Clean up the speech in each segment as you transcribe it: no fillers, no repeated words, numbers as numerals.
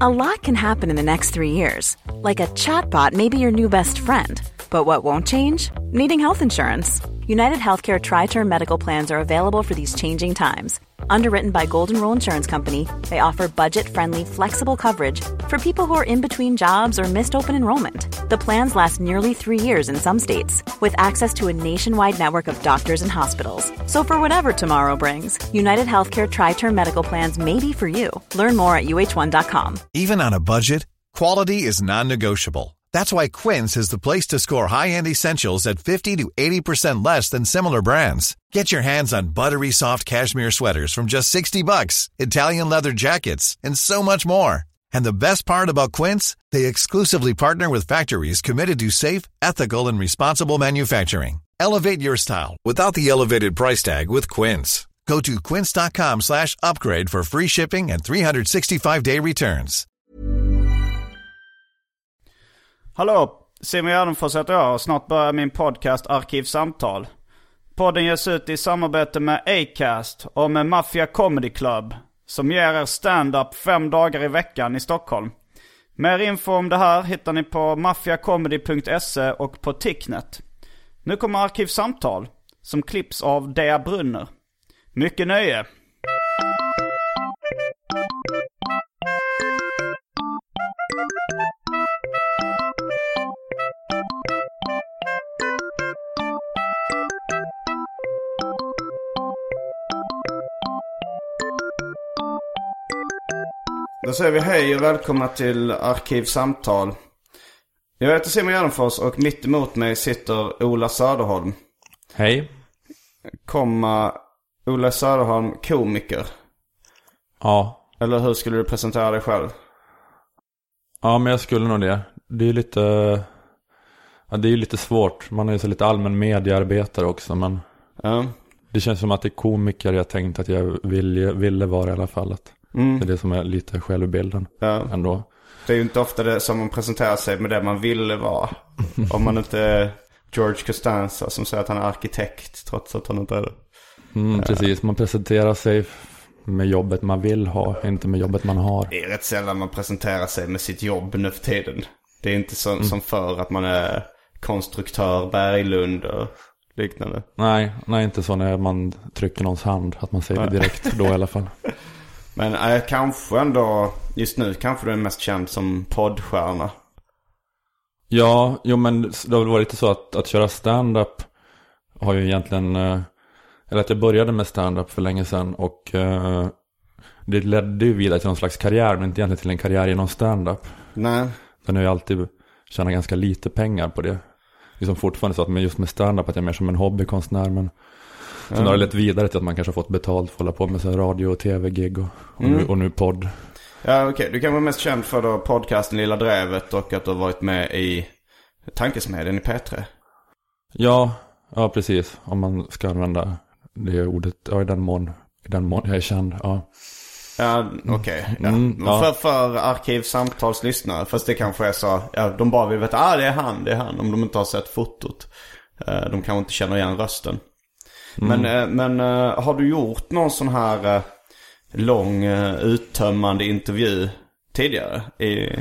A lot can happen in the next 3 years. Like a chatbot may be your new best friend. But what won't change? Needing health insurance. United Healthcare Tri-Term Medical Plans are available for these changing times. Underwritten by Golden Rule Insurance Company, they offer budget-friendly, flexible coverage for people who are in between jobs or missed open enrollment. The plans last nearly 3 years in some states, with access to a nationwide network of doctors and hospitals. So for whatever tomorrow brings, United Healthcare Tri-Term Medical Plans may be for you. Learn more at uh1.com. Even on a budget, quality is non-negotiable. That's why Quince is the place to score high-end essentials at 50 to 80% less than similar brands. Get your hands on buttery soft cashmere sweaters from just $60, Italian leather jackets, and so much more. And the best part about Quince, they exclusively partner with factories committed to safe, ethical, and responsible manufacturing. Elevate your style without the elevated price tag with Quince. Go to quince.com/upgrade for free shipping and 365-day returns. Hallå, Simon Gärdenfors heter jag och snart börjar min podcast Arkivsamtal. Podden ges ut i samarbete med Acast och med Mafia Comedy Club som ger er stand-up 5 dagar i veckan i Stockholm. Mer info om det här hittar ni på mafiacomedy.se och på Ticknet. Nu kommer Arkivsamtal som klipps av Dea Brunner. Mycket nöje! Då säger vi hej och välkomna till Arkivsamtal. Jag heter Simon Gärdenfors och mitt emot mig sitter Ola Söderholm. Hej. Ola Söderholm, komiker. Ja. Eller hur skulle du presentera dig själv? Ja, men jag skulle nog det. Det är ju lite svårt. Man är ju så lite allmän mediearbetare också, men det känns som att det är komiker jag tänkt att jag ville vara i alla fall. Det är det som är lite självbilden ändå. Det är ju inte ofta det som man presenterar sig med det man ville vara. Om man inte är George Costanza som säger att han är arkitekt trots att han inte är det. Precis, man presenterar sig med jobbet man vill ha, inte med jobbet man har. Det är rätt sällan man presenterar sig med sitt jobb nu för tiden. Det är inte som för att man är konstruktör Berglund och liknande. Nej, inte så när man trycker någons hand att man säger det direkt då i alla fall. Men kanske ändå, just nu kanske du är mest känd som poddstjärna. Ja, men det har väl varit lite så att köra stand-up har ju egentligen, eller att jag började med stand-up för länge sedan och det ledde ju vidare till någon slags karriär, men inte egentligen till en karriär inom stand-up. Nej. Den har ju alltid tjänat ganska lite pengar på det. Liksom fortfarande så att just med stand-up att jag är mer som en hobbykonstnär, men sen har det lett vidare till att man kanske har fått betalt för att hålla på med så här radio- och tv-gig och nu podd. Ja, okej. Du kan vara mest känd för då podcasten Lilla Drevet och att du har varit med i Tankesmedjan i P3. Ja, precis. Om man ska använda det ordet, i den mån jag är känd, Ja, okej. För Arkivsamtalslyssnare, fast det kanske är så, de bara vill veta, det är han, om de inte har sett fotot. De kanske inte känner igen rösten. Men har du gjort någon sån här lång uttömmande intervju tidigare i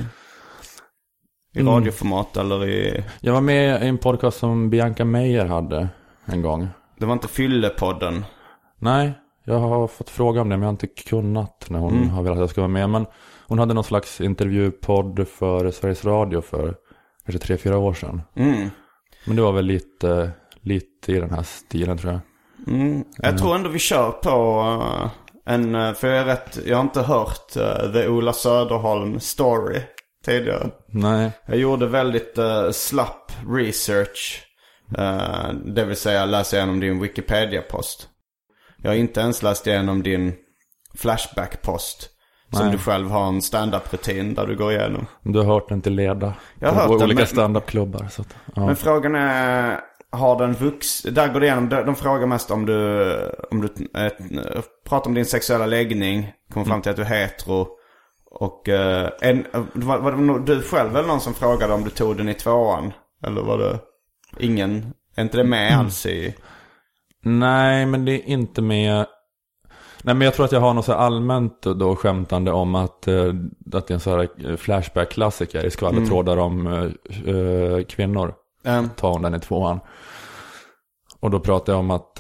radioformat eller i... Jag var med i en podcast som Bianca Meijer hade en gång. Det var inte Fyllepodden? Nej, jag har fått fråga om det, men jag har inte kunnat när hon har velat att jag ska vara med. Men hon hade någon slags intervjupodd för Sveriges Radio för kanske 3-4 år sedan. Men det var väl lite i den här stilen, tror jag. Jag tror ändå vi kör på för jag har inte hört The Ola Söderholm Story tidigare. Nej. Jag gjorde väldigt slapp research, det vill säga läsa igenom din Wikipedia-post. Jag har inte ens läst igenom din Flashback-post som du själv har en stand-up-rutin där du går igenom. Du har hört den till leda. Jag har hört olika stand-up-klubbar. Så att, Men frågan är, har den där går det igenom, de frågar mest om du pratar om din sexuella läggning, kommer fram till att du är hetero. Och var det du själv eller någon som frågade om du tog den i 2:an? Eller var det ingen? Är inte det med alls i? Nej, men det är inte med. Nej, men jag tror att jag har något så allmänt då skämtande om att det är en sån här flashback-klassiker i skvallertrådar om kvinnor. Ta hon den i 2:an. Och då pratar jag om att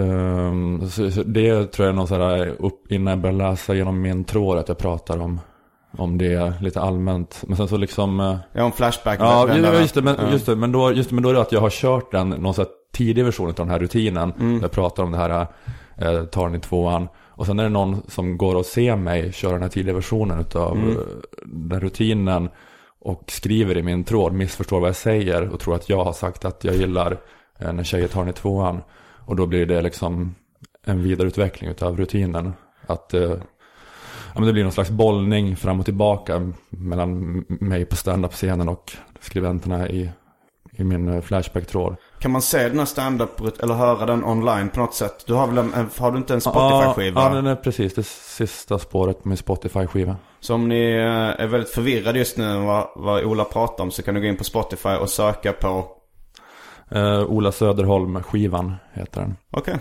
så det tror jag är någon sån här innan jag börjar läsa genom min tråd att jag pratar om det lite allmänt. Men sen så liksom om flashback. Ja, just det, men då är det att jag har kört någon så här tidig version av den här rutinen. Jag pratar om det här tar den i 2:an. Och sen är det någon som går och ser mig köra den här tidiga versionen av den rutinen och skriver i min tråd, missförstår vad jag säger och tror att jag har sagt att jag gillar när tjejer tar den i 2:an. Och då blir det liksom en vidareutveckling av rutinen. Att men det blir någon slags bollning fram och tillbaka mellan mig på stand-up-scenen och skribenterna i min flashback-tråd. Kan man se den här stand-up eller höra den online på något sätt? Du har du inte en Spotify-skiva? Ja, den är precis det sista spåret med Spotify-skiva. Så om ni är väldigt förvirrade just nu vad Ola pratar om så kan du gå in på Spotify och söka på Ola Söderholm-skivan heter den. Okej.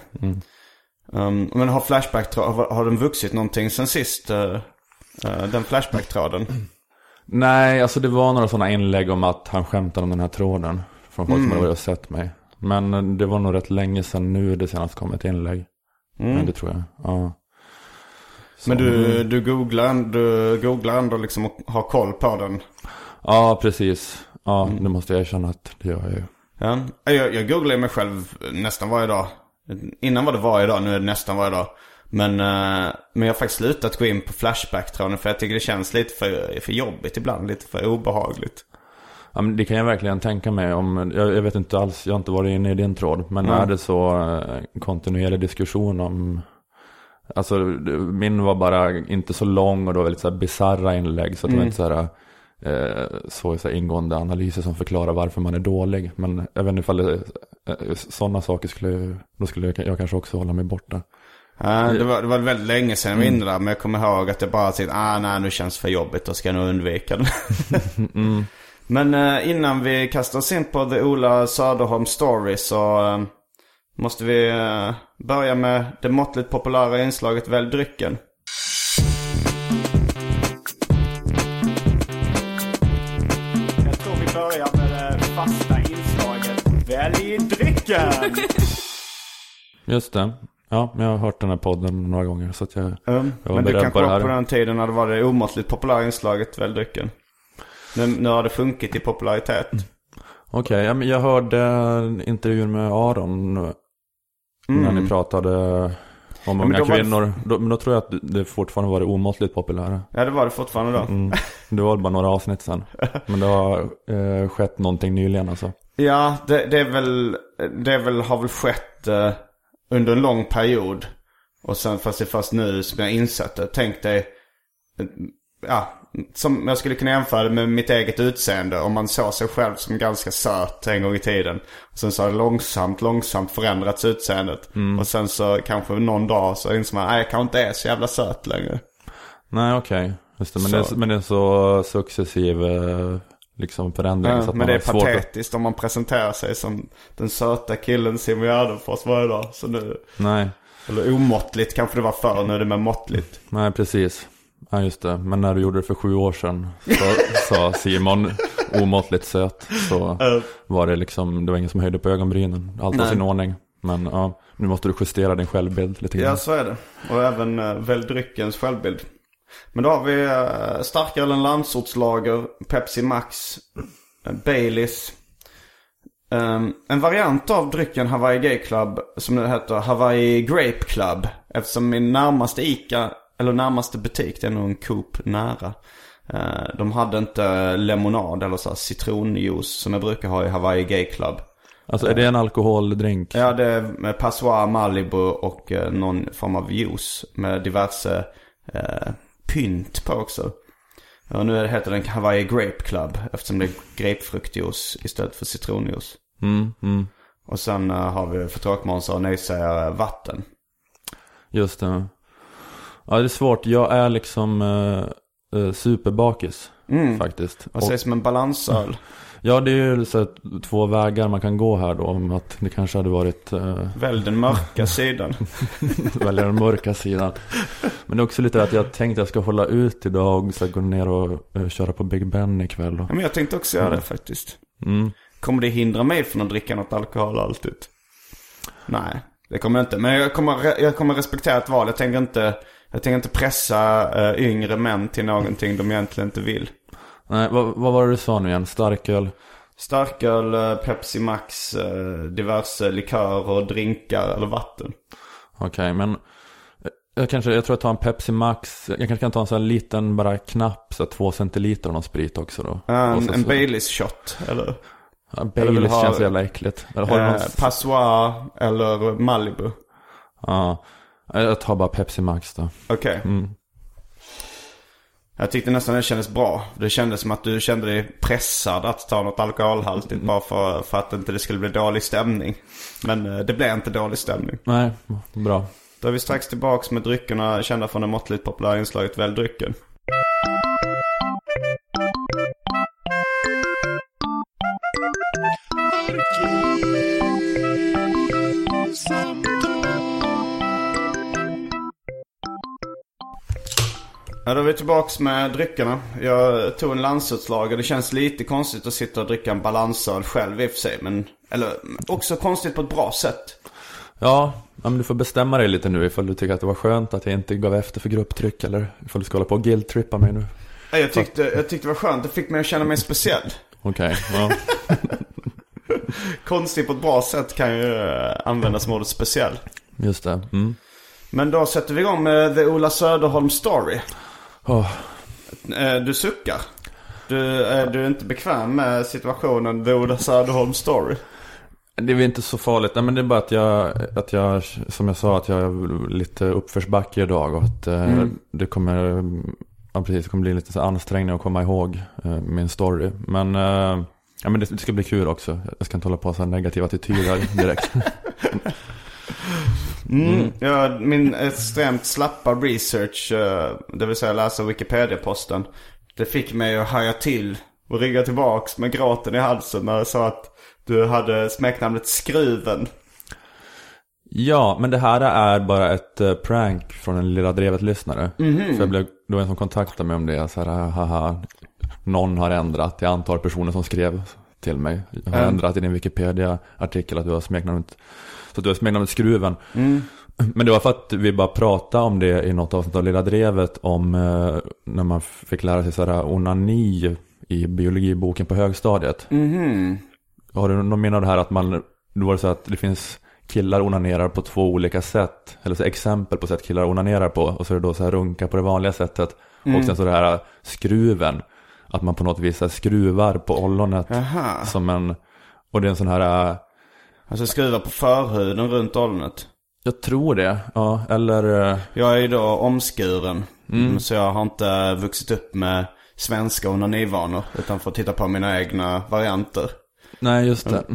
Men har har den vuxit någonting sen sist? Den flashback-tråden? Nej, alltså det var några sådana inlägg om att han skämtade om den här tråden från folk som hade sett mig. Men det var nog rätt länge sedan nu det senast kom ett inlägg. Men det tror jag, ja. Så. Men du googlar ändå liksom och har koll på den? Ja, precis. Ja, det måste jag erkänna att det gör jag ju. Ja. Jag googlar mig själv nästan varje dag. Innan var det varje dag, nu är det nästan varje dag. Men jag har faktiskt slutat gå in på flashback-tråden för jag tycker det känns lite för jobbigt ibland, lite för obehagligt. Ja, men det kan jag verkligen tänka mig om. Jag vet inte alls, jag har inte varit inne i din tråd. Men är det så kontinuerlig diskussion om... Alltså min var bara inte så lång och då var lite så här bizarra inlägg. Så att det var inte så här ingående analyser som förklarar varför man är dålig. Men jag vet inte ifall sådana saker skulle jag kanske också hålla mig borta. Det var väldigt länge sedan jag var inne där. Men jag kommer ihåg att jag bara tänkte nej, nu känns det för jobbigt och ska jag nog undvika det. Men innan vi kastar oss in på The Ola Söderholm Story så måste vi börja med det måttligt populära inslaget Välj drycken. Jag tror vi börjar med det fasta inslaget Välj drycken. Just det. Ja, men jag har hört den här podden några gånger så att jag var men du kan komma på den tiden när det var det omåttligt populära inslaget Välj drycken. Nu har det funkit i popularitet. Okej, men jag hörde intervjun med Aron när ni pratade om unga kvinnor. Men då tror jag att det fortfarande var det omåttligt populära. Ja, det var det fortfarande då. Det var bara några avsnitt sen. Men det har skett någonting nyligen alltså. Ja, det har väl skett under en lång period. Och sen fast det först nu som jag insett det. Tänk dig, som jag skulle kunna jämföra med mitt eget utseende. Om man såg sig själv som ganska söt en gång i tiden. Och sen så har det långsamt förändrats utseendet. Och sen så kanske någon dag så inser man jag kanske inte är så jävla söt längre. Nej, okej. Just det, men det är så successiv liksom förändring. Så att men det är patetiskt om man presenterar sig som den söta killen Simon Gärdenfors varje dag. Så nu, nej. Eller omåttligt kanske det var förr, nu är det med måttligt. Nej, precis. Ja, just det. Men när du gjorde det för 7 år sedan så sa Simon omåttligt söt. Så var det liksom, det var ingen som höjde på ögonbrynen. Allt var sin ordning. Men ja, nu måste du justera din självbild lite grann. Ja, så är det. Och även Välj dryckens självbild. Men då har vi starkare än landsortslager, Pepsi Max, Baileys. En variant av drycken Hawaii Gay Club som nu heter Hawaii Grape Club. Eftersom min närmaste Ica, eller närmaste butik, det är nog en Coop nära. De hade inte lemonad eller så här citronjuice som jag brukar ha i Hawaii Gay Club. Alltså är det en alkoholdrink? Ja, det är Passoir, Malibu och någon form av juice med diverse pynt på också. Och nu heter den Hawaii Grape Club eftersom det är grapefruktjuice istället för citronjuice. Och sen har vi för tråkmånsar och nejsägare vatten. Just det. Ja, det är svårt. Jag är liksom superbakis faktiskt. Vad sägs som en balansöl? Ja, det är ju så att 2 vägar man kan gå här då. Om att det kanske hade varit... Välj den mörka sidan. Välj den mörka sidan. Men det är också lite att jag tänkte att jag ska hålla ut idag och så gå ner och köra på Big Ben ikväll då. Ja, men jag tänkte också göra det faktiskt. Kommer det hindra mig från att dricka något alkohol alltid? Nej, det kommer inte. Men jag kommer respektera ett val. Jag tänker inte pressa yngre män till någonting de egentligen inte vill. Nej, vad var det du sa nu igen? Starköl, Pepsi Max, diverse likörer, drinkar eller vatten. Okej, men jag tror jag tar en Pepsi Max. Jag kanske kan ta en sån här liten bara knapp, så 2 centiliter av någon sprit också då. En Baileys shot, eller? Ja, Baileys känns jävla äckligt. Passoir eller Malibu. Ja, jag tar bara Pepsi Max då. Okej. Jag tyckte nästan det kändes bra. Det kändes som att du kände dig pressad att ta något alkoholhaltigt bara för att inte det skulle bli dålig stämning. Men det blev inte dålig stämning. Nej, bra. Då är vi strax tillbaks med dryckerna kända från det måttligt populära inslaget Välj drycken. Ja, då är vi tillbaks med dryckerna. Jag tog en landsutslag och det känns lite konstigt att sitta och dricka en balansöl själv i och för sig. Eller också konstigt på ett bra sätt. Ja, men du får bestämma dig lite nu ifall du tycker att det var skönt att jag inte gav efter för grupptryck eller ifall du ska hålla på och guilt-trippa mig nu. Ja, jag tyckte det var skönt. Det fick mig att känna mig speciell. Okej, ja. Konstigt på ett bra sätt kan ju användas som ordet speciell. Just det. Men då sätter vi igång med The Ola Söderholm Story. Du suckar. Du är inte bekväm med situationen The Ola Söderholm Story. Det är väl inte så farligt. Nej, men det är bara att jag som jag sa, att jag är lite uppförsbacke idag och att det kommer bli lite så ansträngande att komma ihåg min story. Men ja, men det ska bli kul också. Jag ska inte hålla på så här negativa attityder direkt. Ja, min extremt slappa research, det vill säga läsa Wikipedia-posten, det fick mig att haja till och rygga tillbaks med gråten i halsen när jag sa att du hade smeknamnet Skruven. Ja, men det här är bara ett prank från en Lilla Drevet-lyssnare. För det var en som kontaktade mig om det. Så här, haha, någon har ändrat. Jag antar personer som skrev till mig. Jag har ändrat i din Wikipedia-artikel att du har smeknamnet. Så du har smeknamnet Skruven. Men det var för att vi bara pratade om det i något avsnitt av Lilla Drevet. Om när man fick lära sig så här onani i biologiboken på högstadiet. Har du någon minne av det här att då var det så att det finns killar onanerar på 2 olika sätt, eller så exempel på sätt killar onanerar på, och så är det då så här runka på det vanliga sättet och sen så det här skruven, att man på något vis så skruvar på ollonet som en, och det är en sån här alltså skruva på förhuden runt ollonet. Jag tror det, ja, eller jag är ju då omskuren, så jag har inte vuxit upp med svenska onanivanor utan får titta på mina egna varianter. Nej, just det.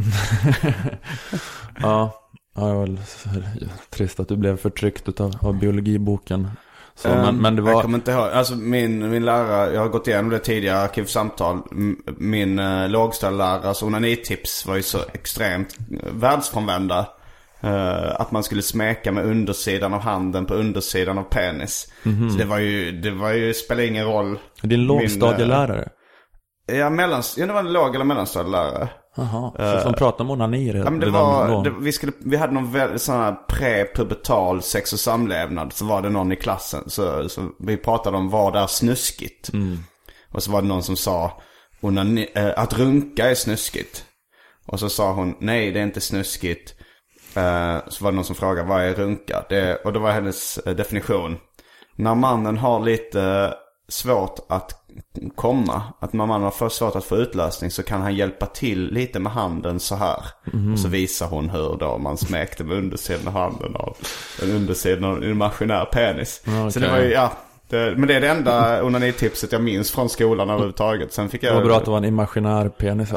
Ja, det var väl trist att du blev förtryckt av biologiboken. Så, men det var... Jag kommer inte ihåg. Alltså min lärare, jag har gått igenom det tidigare arkivsamtal. Min lågstadielärares onanitips var ju så extremt världsfrånvända. Att man skulle smeka med undersidan av handen på undersidan av penis. Så det var ju spelar ingen roll. Din lågstadielärare? Ja, det var en låg- eller mellanstadielärare. Jaha, så som pratar om onani redan. Ja, men vi hade någon sån här prepubertal sex och samlevnad. Så var det någon i klassen så vi pratade om vad är snuskigt. Och så var det någon som sa att runka är snuskigt. Och så sa hon, nej det är inte snuskigt. Så var det någon som frågade, vad är runka? Och det var hennes definition. När mannen har lite svårt att komma, att när man har för svårt att få utlösning, så kan han hjälpa till lite med handen så här. Och så visar hon hur då man smekte med undersidan av handen av en undersidan av en imaginär penis. Okay. Så det var ju, men det är det enda onanitipset jag minns från skolan överhuvudtaget. Sen fick jag... Det var bra att det var en imaginär penis.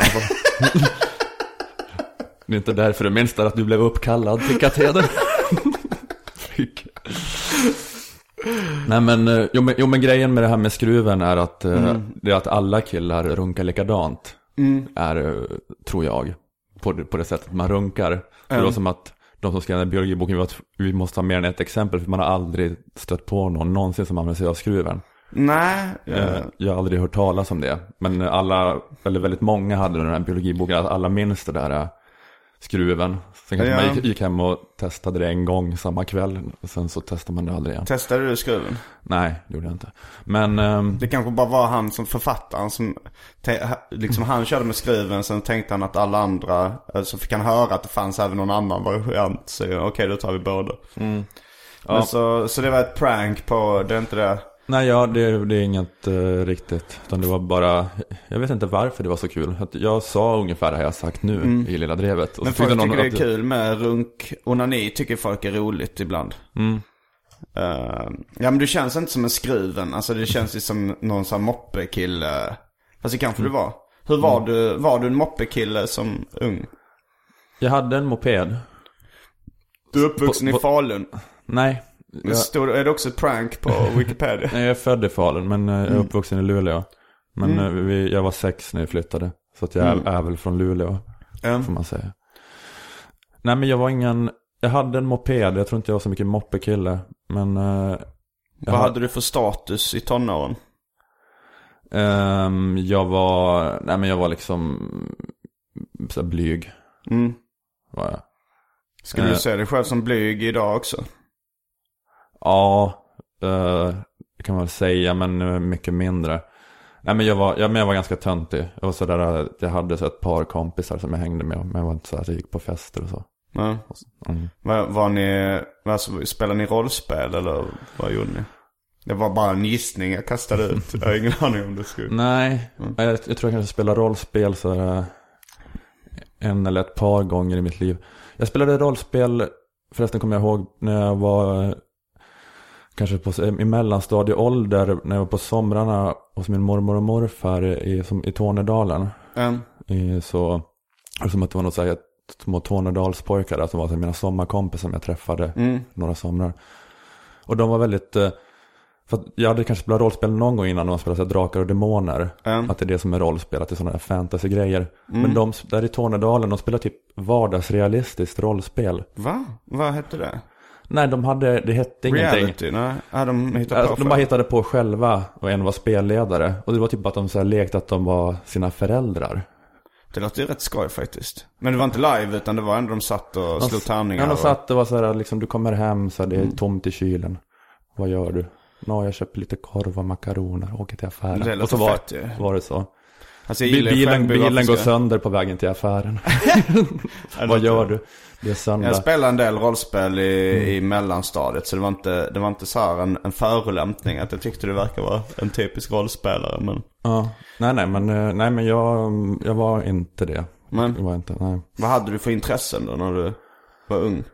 Det är inte därför det minns att du blev uppkallad till katedern. Nej men, jo men grejen med det här med skruven är att det är att alla killar runkar likadant. Är, tror jag, på det sättet man runkar. Det är som att de som skrev biologiboken, vi måste ha mer än ett exempel, för man har aldrig stött på någon någonsin som använder sig av skruven. Nej. Jag har aldrig hört talas om det. Men väldigt många hade den här biologiboken, att alla minns det där skruven. Sen kanske man gick hem och testade det en gång samma kväll, och sen så testade man det aldrig igen. Testade du skruven? Nej, det gjorde jag inte. Men det kanske bara var han som författaren som liksom han körde med skruven, sen tänkte han att alla andra, så fick han höra att det fanns även någon annan variant, så okej, då tar vi båda. Ja. Men så det var ett prank på, det är inte det? Nej, det är inget riktigt, utan det var bara, jag vet inte varför det var så kul. Att jag sa ungefär det här jag sagt nu i Lilla Drevet. Och men folk tycker det är kul med runk. Onani tycker folk är roligt ibland. Ja, men du känns inte som en skruven. Alltså det känns ju som någon sån moppekille. Fast det kanske du var. Hur var du en moppekille som ung? Jag hade en moped. Du är uppvuxen i Falun? Nej. Är det också ett prank på Wikipedia? Nej, jag är född i Falun, men jag är uppvuxen i Luleå. Men jag var 6 när jag flyttade. Så att jag är väl från Luleå, får man säga. Nej, men jag hade en moped. Jag tror inte jag var så mycket moppekille. Men vad hade du för status i tonåren? Jag var liksom så blyg. Var jag. Skulle du säga dig själv som blyg idag också? Ja, det kan man väl säga, men mycket mindre. Nej, men jag var ganska töntig. Jag var sådär att jag hade så ett par kompisar som jag hängde med, men jag var inte så att jag gick på fester och så. Spelade ni rollspel eller vad gjorde ni? Det var bara en gissning jag kastade ut. Jag har ingen aning om det skulle. Nej, jag tror jag kanske spelade rollspel så en eller ett par gånger i mitt liv. Jag spelade rollspel, förresten kommer jag ihåg när jag var kanske i mellanstadieålder, när jag var på somrarna hos min mormor och morfar i Tornedalen. Så som att det var något så här små Tornedalspojkar som var så mina sommarkompisar som jag träffade några somrar. Och de var väldigt, för att jag hade kanske spelat rollspel någon gång innan de spelade drakar och demoner. Att det är det som är rollspel, att det är sådana här fantasy-grejer. Men de där i Tornedalen, de spelar typ vardagsrealistiskt rollspel. Va? Vad hette det? Nej, det hette reality, ingenting. Nej, de bara hittade på själva, och en var spelledare. Och det var typ att de så här lekte att de var sina föräldrar. Det låter ju rätt skoj faktiskt. Men det var inte live, utan det var ändå de satt och slog tärningar. Ja, de satt och var så här, liksom, du kommer hem så det är tomt i kylen. Vad gör du? Jag köper lite korv och makaroner och åker till affären. Och så var det så. Alltså, bilen går sönder på vägen till affären. Vad gör du? Det är söndag. Jag spelade en del rollspel i mellanstadiet, så det var inte så här en förolämpning att jag tyckte det verkar vara en typisk rollspelare, men ja, nej men jag var inte det. Men jag var inte, nej. Vad hade du för intressen då när du var ung?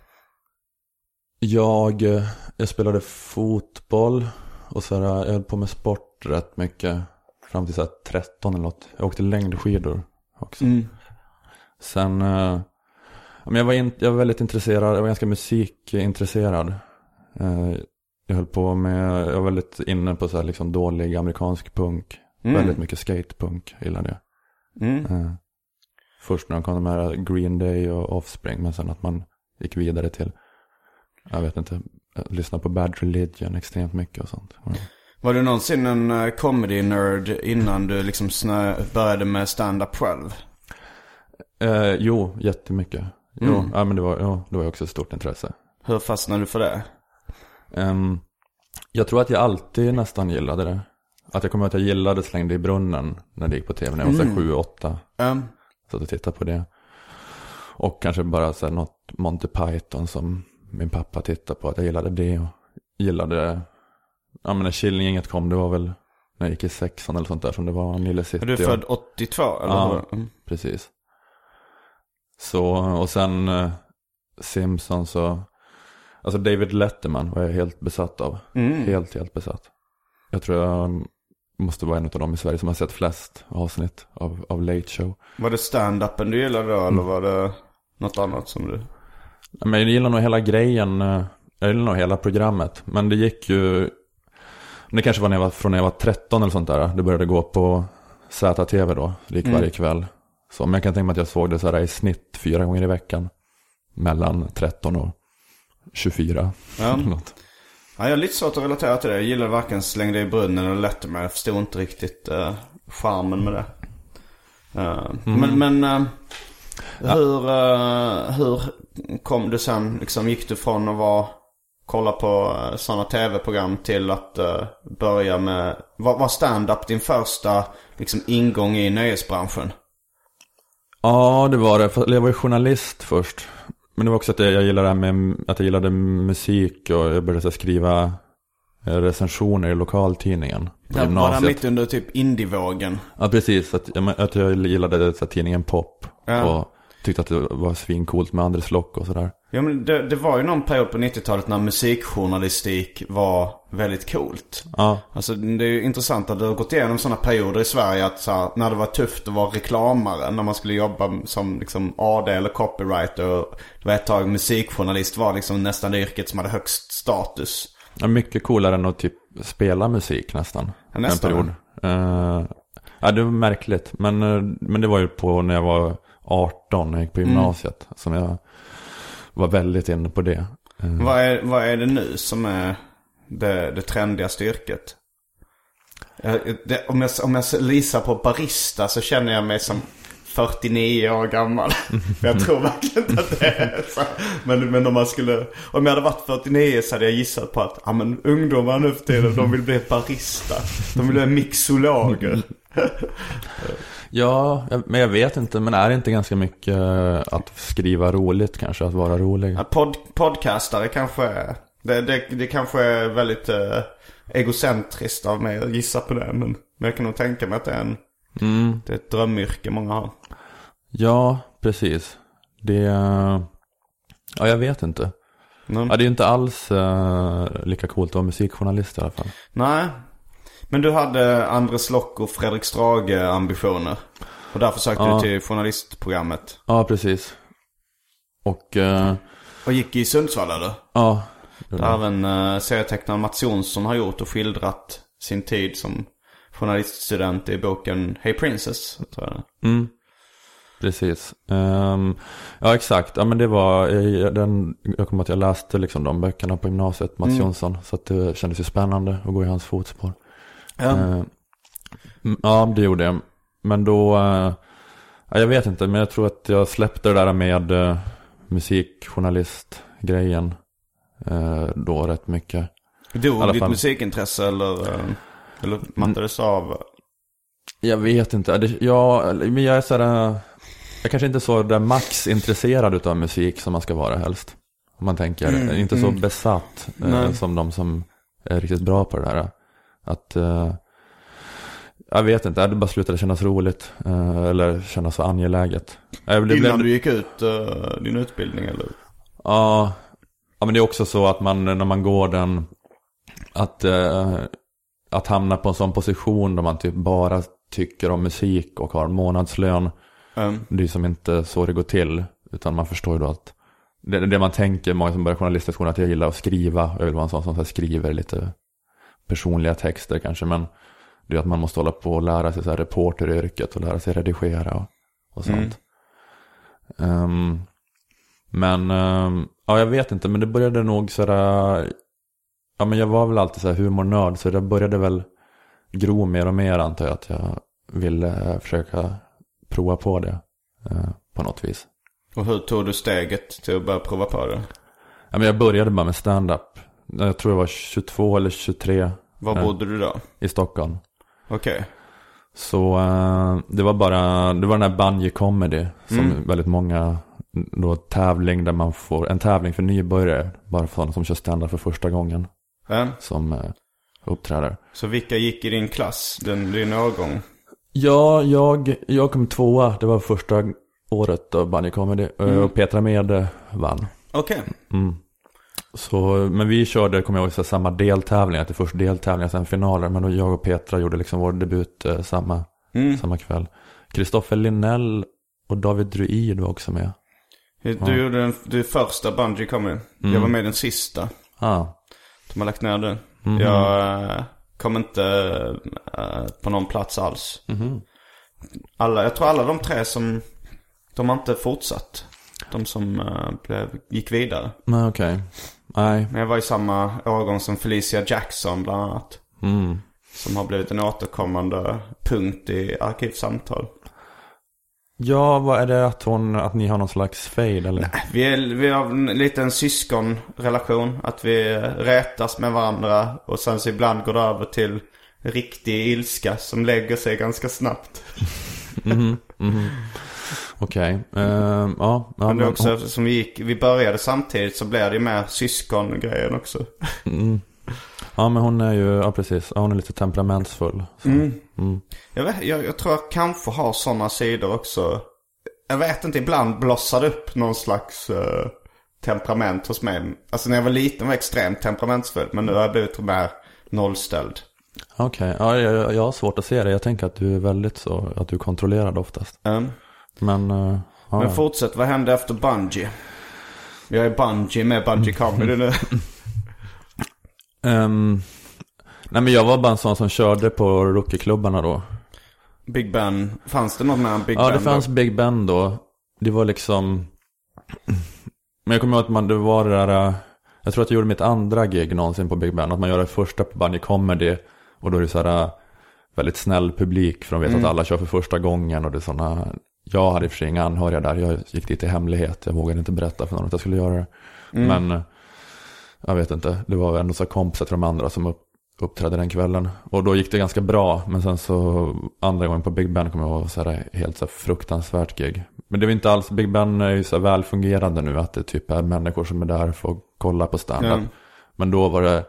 Jag spelade fotboll och så jag höll på med sport rätt mycket fram till så 13 eller något. Jag åkte längdskidor också. Sen men jag var väldigt intresserad. Jag var ganska musikintresserad. Jag var väldigt inne på så här liksom dålig amerikansk punk. Väldigt mycket skatepunk, gillade jag. Först när de kom de här Green Day och Offspring, men sen att man gick vidare till, jag vet inte, lyssna på Bad Religion extremt mycket och sånt. Var du någonsin en comedy nerd innan du liksom började med stand-up själv? Jo, jättemycket. Ja, men det var också ett stort intresse. Hur fastnade du för det? Jag tror att jag alltid nästan gillade det. Att jag kommer att jag gillade Slängde i brunnen när det gick på tv när jag var 7-8. Så att titta på det. Och kanske bara så här något Monty Python som min pappa tittade på. Att jag gillade det och gillade. Ja, men när Killinggänget kom, det var väl när jag gick i 6:an eller sånt där som det var Nile City. Är du född 82 eller? Ja, precis. Så, och sen Simpsons så, alltså David Letterman var jag helt besatt av. Helt besatt. Jag tror jag måste vara en av dem i Sverige som har sett flest avsnitt av Late Show. Var det stand-upen du gillade då, eller var det något annat som du? Men jag gillar nog hela grejen. Jag gillar nog hela programmet. Men det gick ju Det kanske var från när jag var 13 eller sånt där. Det började gå på ZTV då, varje kväll. Så, men jag kan tänka mig att jag såg det så här i snitt 4 gånger i veckan. Mellan 13 och 24. Ja. Ja, jag är lite svårt att relatera till det. Jag gillar varken Slängde i brunnen eller Letterman. Jag förstod inte riktigt charmen med det. Men hur kom du sen, liksom, gick du från att kolla på sådana tv-program till att börja med, var stand-up din första liksom ingång i nöjesbranschen? Ja, det var det. Jag var ju journalist först. Men det var också att jag gillade att jag gillade musik, och jag började skriva recensioner i lokaltidningen på gymnasiet. Var det mitt under typ indievågen? Ja, precis. Att jag gillade tidningen Pop, och tyckte att det var svincoolt med Andres Lock och sådär. Ja, men det var ju någon period på 90-talet när musikjournalistik var väldigt coolt. Ja. Alltså det är ju intressant att det har gått igenom sådana perioder i Sverige att så här, när det var tufft att vara reklamare, när man skulle jobba som liksom AD eller copywriter, och det var ett tag musikjournalist var liksom nästan det yrket som hade högst status. Ja, mycket coolare än att typ spela musik nästan. Ja, nästan. En period. Ja, det var märkligt. Men det var ju på när jag var 18 när jag gick på gymnasiet som jag var väldigt inne på det. Vad är det nu som är det trendigaste yrket? Om jag lisar på barista så känner jag mig som 49 år gammal. Jag tror verkligen inte att det är så. Men om jag hade varit 49 så hade jag gissat på att men ungdomar nu för tiden, de vill bli barista. De vill bli mixologer. Ja, men jag vet inte. Men är det inte ganska mycket att skriva roligt kanske? Att vara rolig? Podcastare kanske. Det kanske är väldigt egocentriskt av mig att gissa på det. Men jag kan nog tänka mig att det är det är ett drömyrke många har. Ja, precis. Ja, jag vet inte. Ja, det är ju inte alls lika coolt att vara musikjournalist i alla fall. Nej. Men du hade Andres Lock och Fredrik Strage ambitioner. Och därför sökte du till journalistprogrammet. Ja, precis. Och gick i Sundsvall eller? Ja. Där även serietecknaren Mats Jonsson har gjort och skildrat sin tid som journaliststudent i boken Hey Princess, tror jag. Precis. Ja, exakt. Ja, men det var jag kommer att jag läste liksom de böckerna på gymnasiet, Mats Jonsson, så att det kändes ju spännande att gå i hans fotspår. Ja, det gjorde jag. Men då jag vet inte, men jag tror att jag släppte det där med musikjournalist-grejen då rätt mycket. Dog ditt musikintresse eller mattades av? Jag vet inte. Men jag är sådär, jag kanske inte är så där max intresserad av musik som man ska vara helst. Om man tänker, inte så besatt som de som är riktigt bra på det där. Att jag vet inte, det bara slutade kännas roligt eller kännas så angeläget. Innan du gick ut din utbildning eller? Ja, men det är också så att när man går den att hamna på en sån position där man typ bara tycker om musik och har månadslön. Det är som inte så det går till, utan man förstår ju då att det man tänker, många som börjar journalisthögskolan, att jag gillar att skriva. Jag vill vara en sån som skriver lite personliga texter kanske, men det är att man måste hålla på och lära sig så här reporteryrket och lära sig redigera och sånt. Men ja, jag vet inte, men det började nog så där. Ja, men jag var väl alltid så här humornörd, så det började väl gro mer och mer, antar jag, att jag ville försöka prova på det på något vis. Och hur tog du steget till att börja prova på det? Ja, men jag började bara med stand-up. Jag tror jag var 22 eller 23. Var bodde du då? I Stockholm. Okej. Så det var den här Bungee Comedy som väldigt många då tävling där man får en tävling för nybörjare, bara för sådana som kör stand-up för första gången som uppträder. Så vilka gick i din klass, din årgång? Ja, jag kom 2:a. Det var första året då Bungee Comedy och Petra Mede vann. Okej. Så, men vi körde, kommer jag ihåg, samma deltävlingar, till först deltävlingar sen finaler, men då jag och Petra gjorde liksom vår debut samma kväll. Kristoffer Linnell och David Druid var också med. Du gjorde den första Bungee Comedy. Jag var med den sista. De har lagt ner den. kom inte på någon plats alls. Jag tror alla de 3 som de har inte fortsatt. De som gick vidare. Nej, okej. Nej. Men jag var i samma årgång som Felicia Jackson bland annat. Som har blivit en återkommande punkt i Arkivsamtal. Ja, vad är det att ni har någon slags fade eller? Nej, vi har en liten syskonrelation. Att vi rätas med varandra. Och sen så ibland går det över till riktig ilska som lägger sig ganska snabbt. Okej. Men det är också som vi började samtidigt så blev det mer syskongrejen också. Ja, men hon är ju, ja precis, hon är lite temperamentsfull. Jag tror jag kanske har sådana sidor också. Jag vet inte, ibland blossade upp någon slags temperament hos mig. Alltså när jag var liten var jag extremt temperamentsfull, men nu har jag blivit mer nollställd. Okej, ja, jag har svårt att se det. Jag tänker att du är väldigt så, att du är kontrollerad oftast. Men fortsätt, vad hände efter Bungie? Jag är Bungie med Bungie Comedy nu. Nej, men jag var bara en sån som körde på rookieklubbarna då. Big Ben, fanns det något med Big Ben? Ja, det fanns Big Ben då. Det var liksom... Men jag kommer ihåg att det var det där... Jag tror att jag gjorde mitt andra gig någonsin på Big Ben. Att man gör det första på Bungie Comedy. Och då är det så här väldigt snäll publik. För de vet att alla kör för första gången. Och det är såna... Jag hade i och för sig inga anhöriga där. Jag gick dit i hemlighet. Jag vågade inte berätta för någon att jag skulle göra det. Men... Jag vet inte, det var ändå så kompisar till de andra som uppträdde den kvällen. Och då gick det ganska bra. Men sen så andra gången på Big Ben kom jag ihåg så här helt så fruktansvärt gig. Men det var inte alls, Big Ben är ju så väl fungerande nu att det typ är människor som är där för att kolla på stand-up. Men då var det,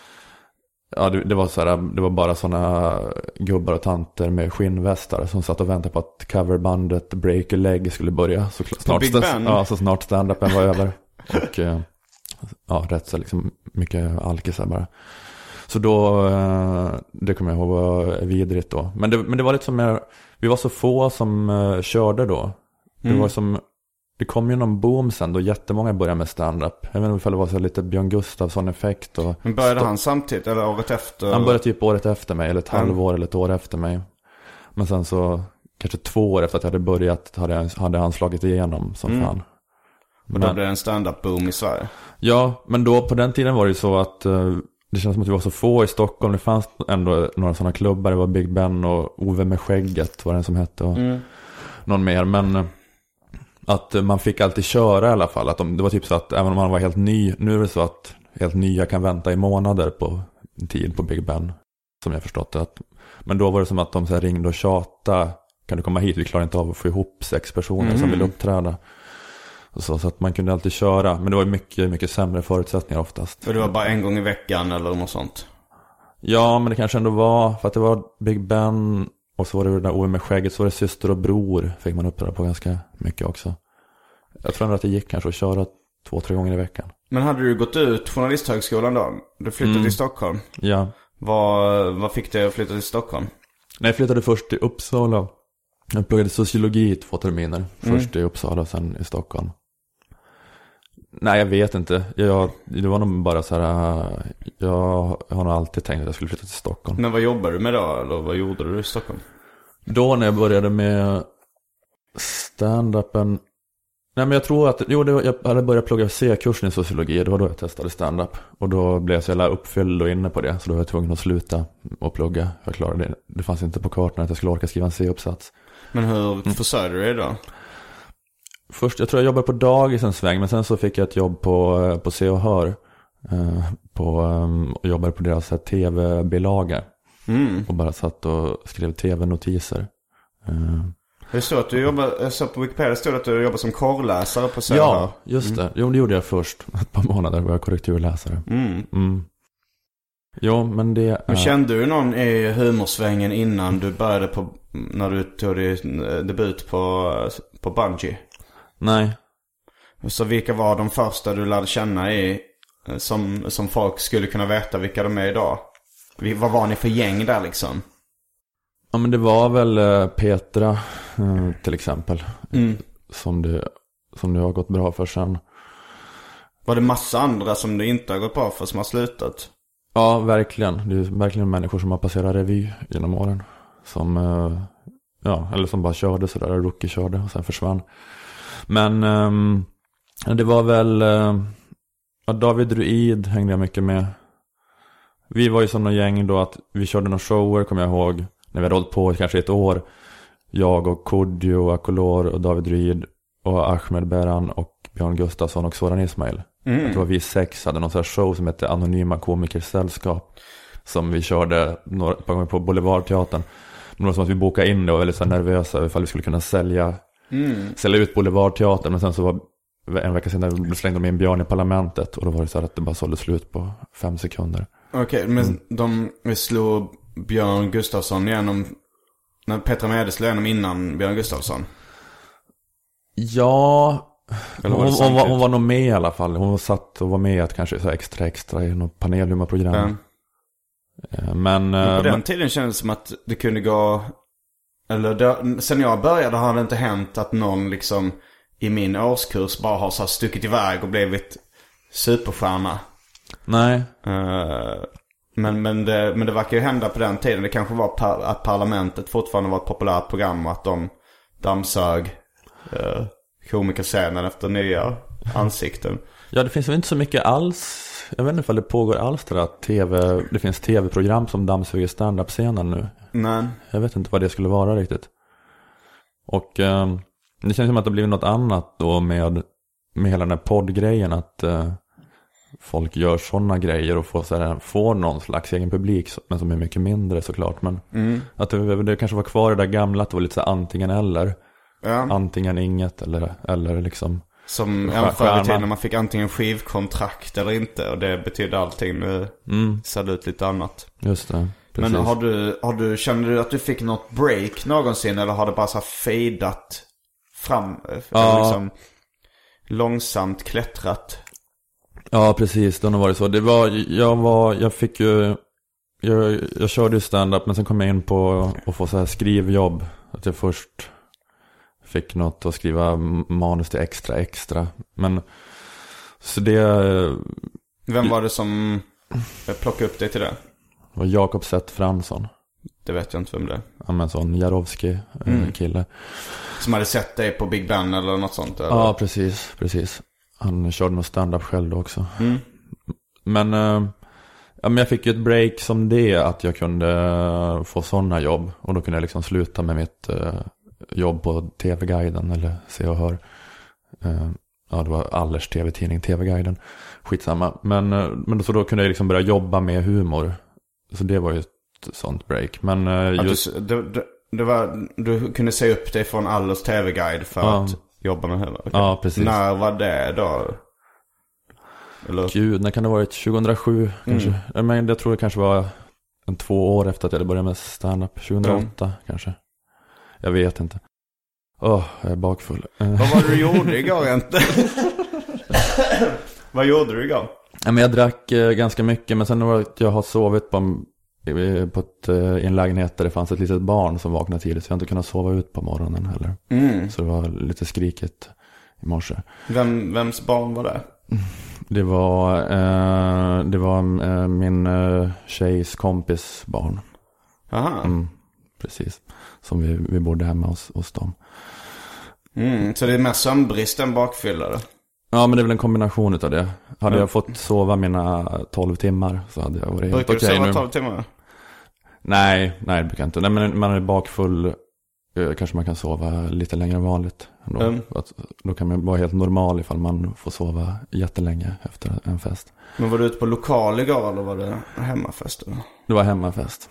ja det var så här, det var bara såna gubbar och tanter med skinnvästar som satt och väntade på att coverbandet Break a Leg skulle börja. Så snart, Big Ben? Ja, så snart stand-upen var över. Och ja, rätt så liksom mycket alkisar bara. Så då, det kommer jag ihåg var vidrigt då. Men det var lite som, vi var så få som körde då. Det var som, det kom ju någon boom sen då jättemånga började med stand-up. Jag vet inte om det var så lite Björn Gustafsson effekt. Och men började han samtidigt eller året efter? Han började typ året efter mig, eller ett halvår eller ett år efter mig. Men sen så, kanske 2 år efter att jag hade börjat hade han slagit igenom som fan. Och då blev det en stand-up boom i Sverige. Ja, men då på den tiden var det ju så att det känns som att vi var så få i Stockholm. Det fanns ändå några sådana klubbar. Det var Big Ben och Ove med skägget var den som hette och någon mer. Men att man fick alltid köra i alla fall. Att det var typ så att även om man var helt ny, nu är det så att helt nya kan vänta i månader på tid på Big Ben. Som jag förstått det. Men då var det som att de så här ringde och tjata. Kan du komma hit? Vi klarar inte av att få ihop 6 personer som vill uppträda. Så att man kunde alltid köra. Men det var mycket, mycket sämre förutsättningar oftast. Och det var bara en gång i veckan eller något sånt? Ja, men det kanske ändå var. För att det var Big Ben. Och så var det där Ove med skägget. Så var det syster och bror. Fick man uppträda på ganska mycket också. Jag tror ändå att det gick kanske att köra 2-3 gånger i veckan. Men hade du gått ut journalisthögskolan då? Du flyttade till Stockholm? Ja. Vad fick dig att flytta till Stockholm? Nej, jag flyttade först till Uppsala. Jag pluggade sociologi i 2 terminer. Först i Uppsala och sen i Stockholm. Nej, jag vet inte. Det var nog bara så här. Jag har nog alltid tänkt att jag skulle flytta till Stockholm. Men vad jobbar du med då? Eller vad gjorde du i Stockholm? Då när jag började med stand-upen. Nej, men jag tror att jag hade börjat plugga C-kursen i sociologi. Det var då jag testade stand-up. Och då blev jag så jävla uppfylld och inne på det. Så då var jag tvungen att sluta och plugga. Jag klarade det. Det fanns inte på kartan att jag skulle orka skriva en C-uppsats. Men hur försörjde du dig då? Först, jag tror jag jobbade på dagis en sväng. Men sen så fick jag ett jobb på Se och Hör. Och jobbade på deras tv-bilaga. Och bara satt och skrev tv-notiser. Det står att du jobbar, så på Wikipedia stod att du jobbar som korrläsare på Se och Hör. Ja, just det. Jo, det gjorde jag först. Ett par månader var jag korrekturläsare. Jo, men det... Men kände du någon i humorsvängen innan du började när du tog din debut på Bungie? Nej. Så vilka var de första du lärde känna som folk skulle kunna veta vilka de är idag? Vad var ni för gäng där liksom? Ja, men det var väl Petra till exempel. Som det har gått bra för sen. Var det massa andra som det inte har gått bra för som har slutat? Ja, verkligen. Det är verkligen människor som har passerat revy genom åren. Som, eller som bara körde sådär. Rookie körde och sen försvann. Men det var väl... David Druid hängde jag mycket med. Vi var ju som någon gäng då att vi körde några shower, kommer jag ihåg. När vi hade hållit på kanske ett år. Jag och Kodjo, Akolor och David Druid och Ahmed Beran och Björn Gustafsson och Soran Ismail. Det var vi 6 hade någon sån här show som hette Anonyma Komikers Sällskap. Som vi körde några gånger på Boulevardteatern. Men det var som att vi bokade in det och var väldigt så nervösa ifall vi skulle kunna sälja ut Boulevardteatern. Men sen så var en vecka senare slängde de in Björn i Parlamentet. Och då var det så här att det bara sålde slut på 5 sekunder. Okej, men de slog Björn Gustafsson igenom när Petra Mede slog igenom innan Björn Gustafsson? Ja, hon var nog med i alla fall. Hon satt och var med att kanske så extra i något panelhumorprogram. Men på den tiden kändes det som att det kunde gå... sen jag började har det inte hänt att någon liksom i min årskurs bara har så stuckit iväg och blivit superstjärna. Nej. Men det verkar ju hända på den tiden. Det kanske var att Parlamentet fortfarande var ett populärt program och att de dammsög komikerscenen efter nya ansikten. Ja, det finns väl inte så mycket alls. Jag vet inte om det pågår alls det att det finns tv-program som dammsuger stand-up-scenen nu. Nej. Jag vet inte vad det skulle vara riktigt. Och det känns som att det blivit något annat då med hela den här poddgrejen att folk gör sådana grejer och får någon slags egen publik, men som är mycket mindre såklart. Men att det kanske var kvar det där gamla, att det var lite så antingen eller. Ja. Antingen inget eller liksom. Som förr i tiden när man fick antingen skivkontrakt eller inte. Och det betydde allting. Nu ser det ut lite annat. Just det, precis. Men kände du att du fick något break någonsin? Eller har det bara så fadat fram? Ja. Liksom långsamt klättrat? Ja, precis. Det har varit så. Jag körde ju stand-up, men sen kom jag in på att få så här skrivjobb. Att jag först fick något att skriva manus till extra. Men så det... Vem var det som plockade upp dig till det? Det var Jakob Seth Fransson. Det vet jag inte vem det är. Ja, men sån Jarowski kille. Som hade sett dig på Big Ben eller något sånt? Eller? Ja, precis. Han körde nog stand-up själv då också. Men jag fick ju ett break som det, att jag kunde få sådana jobb. Och då kunde jag liksom sluta med mitt jobb på TV-guiden eller Se och Hör. Det var Allers TV-tidning, TV-guiden. Skitsamma. Men så då kunde jag liksom börja jobba med humor. Så det var ju ett sånt break. Men du kunde se upp dig från Allers TV-guide för att jobba med humor. Okay. Ja, precis. När var det då? Eller? Gud, när kan det ha varit? 2007 kanske. Men jag tror det kanske var 2 år efter att jag hade börjat med stand-up. 2008 kanske. Jag vet inte. Jag är bakfull. Vad var det du gjorde igår egentligen? Vad gjorde du igår? Men jag drack ganska mycket. Men sen var det att jag har sovit i en lägenhet där det fanns ett litet barn som vaknade tidigt. Så jag inte kunnat sova ut på morgonen heller. Så det var lite skrikigt i morse. Vems barn var det? Det var min tjejs kompis barn. Aha. Precis. Som vi bodde hemma hos dem. Så det är mer sömnbrist än bakfyllare? Ja, men det är väl en kombination av det. Hade jag fått sova mina 12 timmar så hade jag varit helt okej nu. Brukar du sova 12 timmar? Nej, det brukar jag inte. Nej, men man är bakfull, kanske man kan sova lite längre än vanligt. Då kan man vara helt normal ifall man får sova jättelänge efter en fest. Men var du ute på lokal igår eller var det hemmafest? Eller? Det var hemmafest.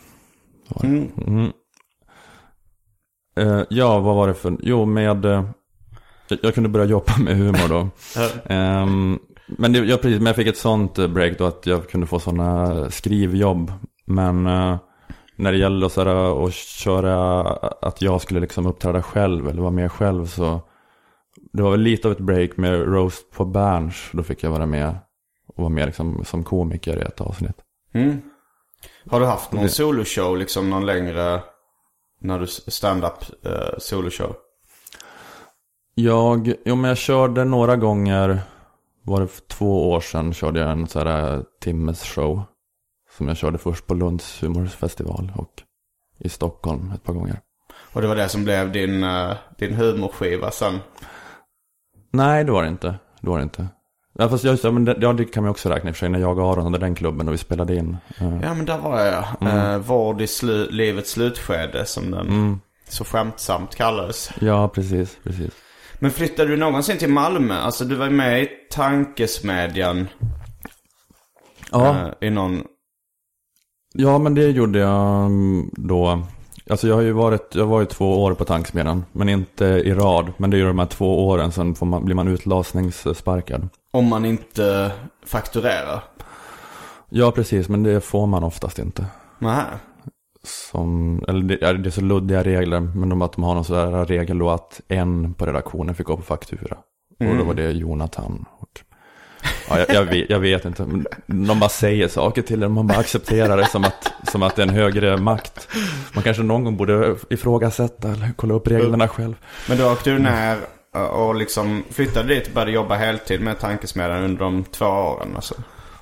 Ja, vad var det för... Jo, jag kunde börja jobba med humor då. Men jag fick ett sånt break då att jag kunde få såna skrivjobb. Men när det gällde att köra att jag skulle liksom uppträda själv eller vara med själv, så det var väl lite av ett break med Roast på Berns. Då fick jag vara med och vara med liksom som komiker i ett avsnitt. Har du haft någon soloshow liksom någon längre när du stand-up soloshow? Men jag körde några gånger. Var det för 2 år sedan körde jag en sån här timmes show Som jag körde först på Lunds humorfestival och i Stockholm ett par gånger. Och det var det som blev din humorskiva sen? Nej, det var det inte. Ja, fast det kan man också räkna i och för sig när jag och Aron hade den klubben och vi spelade in. Ja, men där var jag. Vård i livets slutskede som den så skämtsamt kallades. Ja, precis. Men flyttade du någonsin till Malmö? Alltså du var med i Tankesmedjan. Ja. I någon... Ja, men det gjorde jag då. Alltså jag var ju 2 år på Tankesmedjan, men inte i rad. Men det är ju de här 2 åren, sen blir man utlasningssparkad. Om man inte fakturerar? Ja, precis, men det får man oftast inte. Nej. Det är så luddiga regler, men att de har någon sån där regel då att en på redaktionen fick gå på faktura. Och då var det Jonathan. Ja, jag vet inte. De bara säger saker till en, man bara accepterar det som att det är en högre makt. Man kanske någon gång borde ifrågasätta eller kolla upp reglerna själv. Men då åkte du ner och liksom flyttade dit och började jobba heltid med Tankesmedjan under de 2 åren alltså.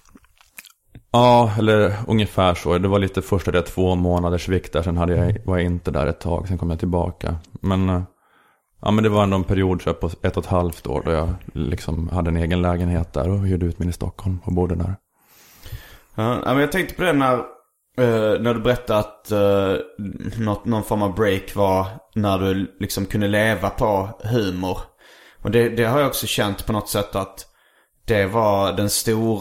Ja, eller ungefär så. Det var lite första 2 månaders vikt där. Sen var jag inte där ett tag. Sen kom jag tillbaka. Men det var ändå en period så på 1,5 år då jag liksom hade en egen lägenhet där och hyrde ut min i Stockholm och bodde där. Ja, men jag tänkte på det när du berättade att någon form av break var när du liksom kunde leva på humor. Och det har jag också känt på något sätt att det var den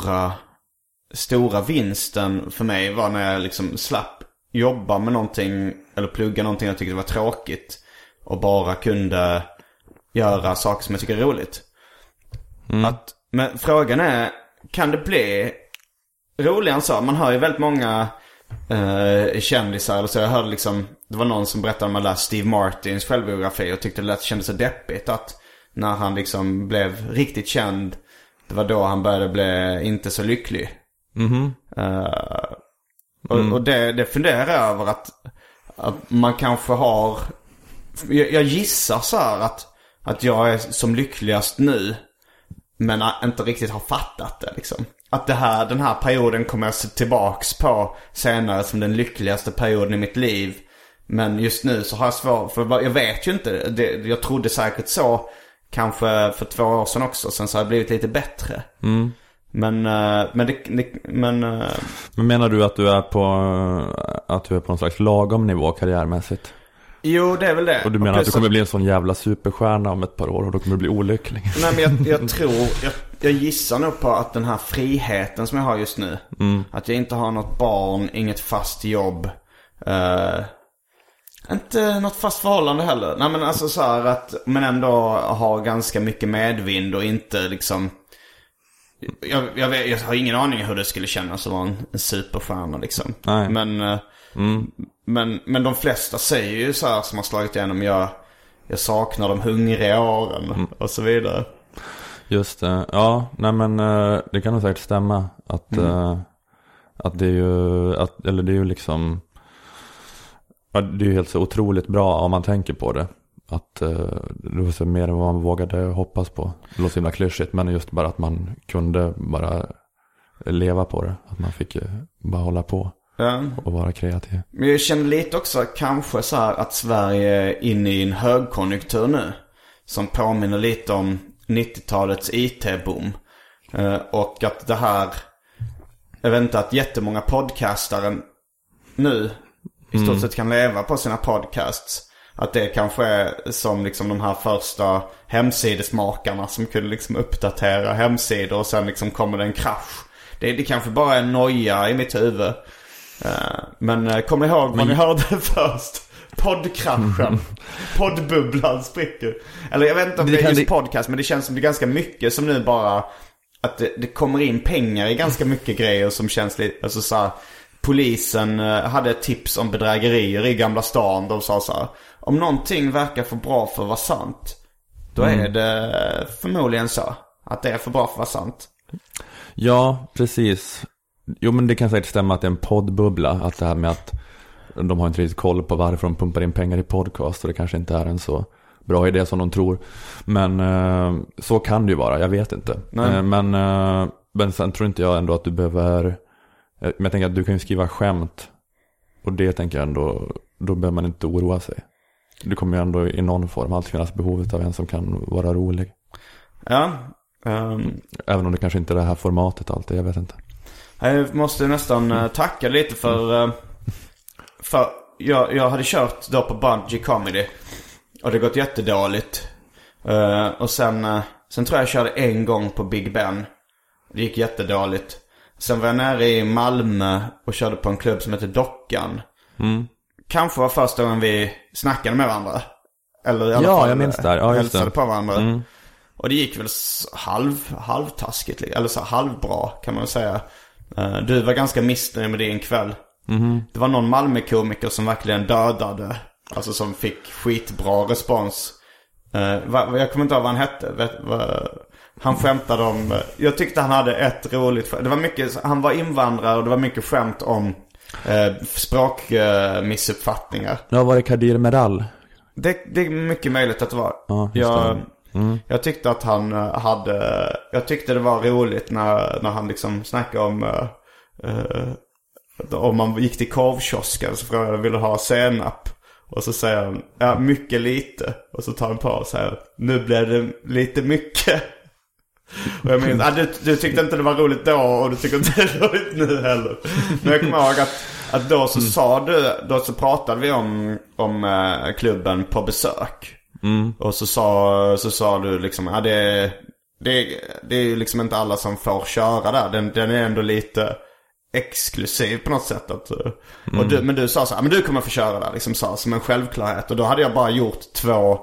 stora vinsten för mig var när jag liksom slapp jobba med någonting eller plugga någonting jag tyckte var tråkigt och bara kunde göra saker som jag tycker är roligt. Men frågan är, kan det bli roligare än så? Man hör ju väldigt många kändisar eller så. Jag hörde liksom, det var någon som berättade om att läsa Steve Martins självbiografi och tyckte det kändes så deppigt att när han liksom blev riktigt känd, det var då han började bli inte så lycklig. Och det funderar jag över att man kanske har... Jag gissar så här att jag är som lyckligast nu men inte riktigt har fattat det liksom. Att den här perioden kommer jag se tillbaks på senare som den lyckligaste perioden i mitt liv. Men just nu så har jag svårt, för jag vet ju inte. Jag trodde säkert så kanske för 2 år sedan också. Sen så har det blivit lite bättre. Men menar du att du är på någon slags lagom nivå karriärmässigt? Jo, det är väl det. Och du menar att du kommer bli en sån jävla superstjärna om ett par år och då kommer du bli olycklig? Nej, men jag gissar nog på att den här friheten som jag har just nu, att jag inte har något barn, inget fast jobb, inte något fast förhållande heller. Nej, men alltså så här att, men ändå ha ganska mycket medvind och inte liksom... Jag har ingen aning hur det skulle kännas att vara en superstjärna liksom. Nej. Men de flesta säger ju så här som har slagit igenom, jag saknar de hungriga åren och så vidare. Just det. Ja, nej men det kan nog säkert stämma att det är ju eller det är ju liksom det är ju helt så otroligt bra om man tänker på det. Att det var så mer än vad man vågade hoppas på. Det låter så himla klyschigt, men just bara att man kunde bara leva på det. Att man fick bara hålla på och vara kreativ. Men jag känner lite också kanske så här att Sverige är inne i en högkonjunktur nu. Som påminner lite om 90-talets IT-boom. Och att det här, jag vet inte, att jättemånga podcastare nu i stort sett kan leva på sina podcasts. Att det kanske är som liksom de här första hemsidesmakarna som kunde liksom uppdatera hemsidor och sen liksom kommer det en krasch. Det kanske bara är en noja i mitt huvud. Men kom ihåg vad ni hörde först. Poddkraschen. Poddbubblan spricker. Eller jag vet inte om det är just podcast, men det känns som det är ganska mycket som nu bara... Att det kommer in pengar i ganska mycket grejer som känns lite... Alltså så här, polisen hade ett tips om bedrägerier i Gamla stan. De sa så här: om någonting verkar för bra för att vara sant, då är det förmodligen så att det är för bra för att vara sant. Ja, precis. Jo, men det kan säkert stämma att det är en poddbubbla. Att det här med att de har inte riktigt koll på varför de pumpar in pengar i podcast. Och det kanske inte är en så bra idé som de tror. Men så kan det ju vara, jag vet inte. Men sen tror inte jag ändå att du behöver Men jag tänker att du kan ju skriva skämt. Och det tänker jag ändå, då behöver man inte oroa sig. Det kommer ju ändå i någon form alltid finnas behovet av en som kan vara rolig. Ja. Även om det kanske inte är det här formatet alltid, jag vet inte. Jag måste nästan tacka lite för jag hade kört då på Bungee Comedy. Och det gått jättedåligt. Och sen tror jag körde en gång på Big Ben. Det gick jättedåligt. Sen var jag nere i Malmö och körde på en klubb som heter Dockan. Kanske var första gången vi snackade med varandra. Eller i alla fall jag minns där. Ja, hälsade på varandra. Och det gick väl halvtaskigt, eller så halvbra kan man säga. Du var ganska missnöjd med det en kväll. Det var någon Malmö-komiker som verkligen dödade. Alltså som fick skitbra respons. Jag kommer inte ihåg vad han hette. Han skämtade om... Jag tyckte han hade ett roligt... Det var mycket, han var invandrare och det var mycket skämt om språkmissuppfattningar. Ja, var det Kadir Meral? Det är mycket möjligt att det var. Ja, jag tyckte att han hade... Jag tyckte det var roligt när han liksom snackade om man gick till korvkiosken så frågade jag, vill du ha senap? Och så säger han, ja, mycket lite. Och så tar han på och säger, nu blev det lite mycket. Och jag menar, du tyckte inte det var roligt då och du tycker inte det är roligt nu heller. Men jag kommer ihåg att då så då så pratade vi om klubben På besök. Och så sa du liksom, ja, det är ju liksom inte alla som får köra där. Den är ändå lite exklusiv på något sätt men du sa så här, men du kommer få köra där liksom, så som en självklarhet. Och då hade jag bara gjort 2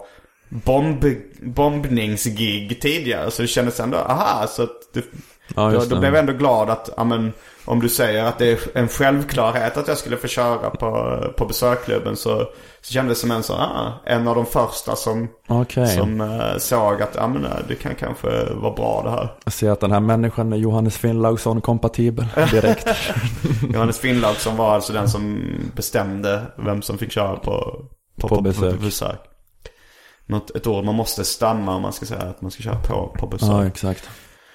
bombningsgig tidigare, så det kändes ändå så att då blev jag ändå glad att om du säger att det är en självklarhet att jag skulle få köra på besökklubben, så kändes det som en av de första som såg att det kan kanske vara bra det här. Jag ser att den här människan är Johannes Finnlaugsson kompatibel direkt. Johannes Finnlaugsson var alltså den som bestämde vem som fick köra på besök. Ett ord man måste stanna om man ska säga att man ska köra på besök. Ja, exakt.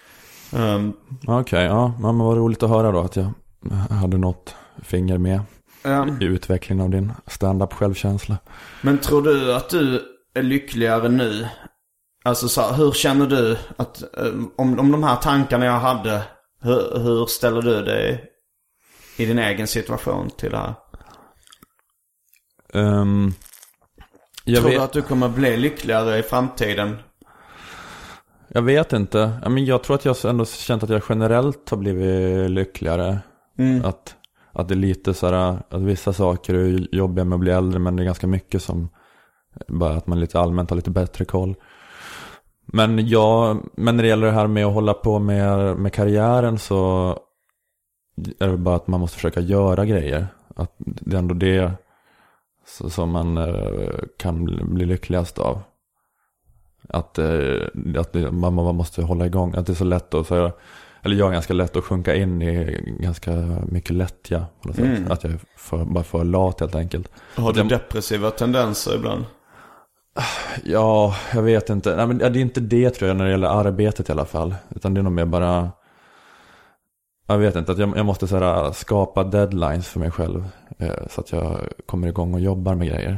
Okej, men vad roligt att höra då att jag hade något finger med i utvecklingen av din stand-up självkänsla. Men tror du att du är lyckligare nu? Alltså så, hur känner du att om de här tankarna jag hade, hur ställer du dig i din egen situation till det här? Tror du att du kommer bli lyckligare i framtiden? Jag vet inte. Jag tror att jag ändå känt att jag generellt har blivit lyckligare. Att det är lite så här, att vissa saker är jobbiga med att bli äldre, men det är ganska mycket som bara att man lite allmänt har lite bättre koll. Men när det gäller det här med att hålla på med karriären, så är det bara att man måste försöka göra grejer. Att det är ändå det som man kan bli lyckligast av. Att man måste hålla igång. Att det är så lätt att säga, eller jag är ganska lätt att sjunka in i ganska mycket lättja på något sätt. Att jag är bara för lat helt enkelt. Har du depressiva tendenser ibland? Ja, jag vet inte. Nej, men det är inte det tror jag när det gäller arbetet i alla fall. Utan det är nog mer bara, jag vet inte, att jag måste så här, skapa deadlines för mig själv. Så att jag kommer igång och jobbar med grejer.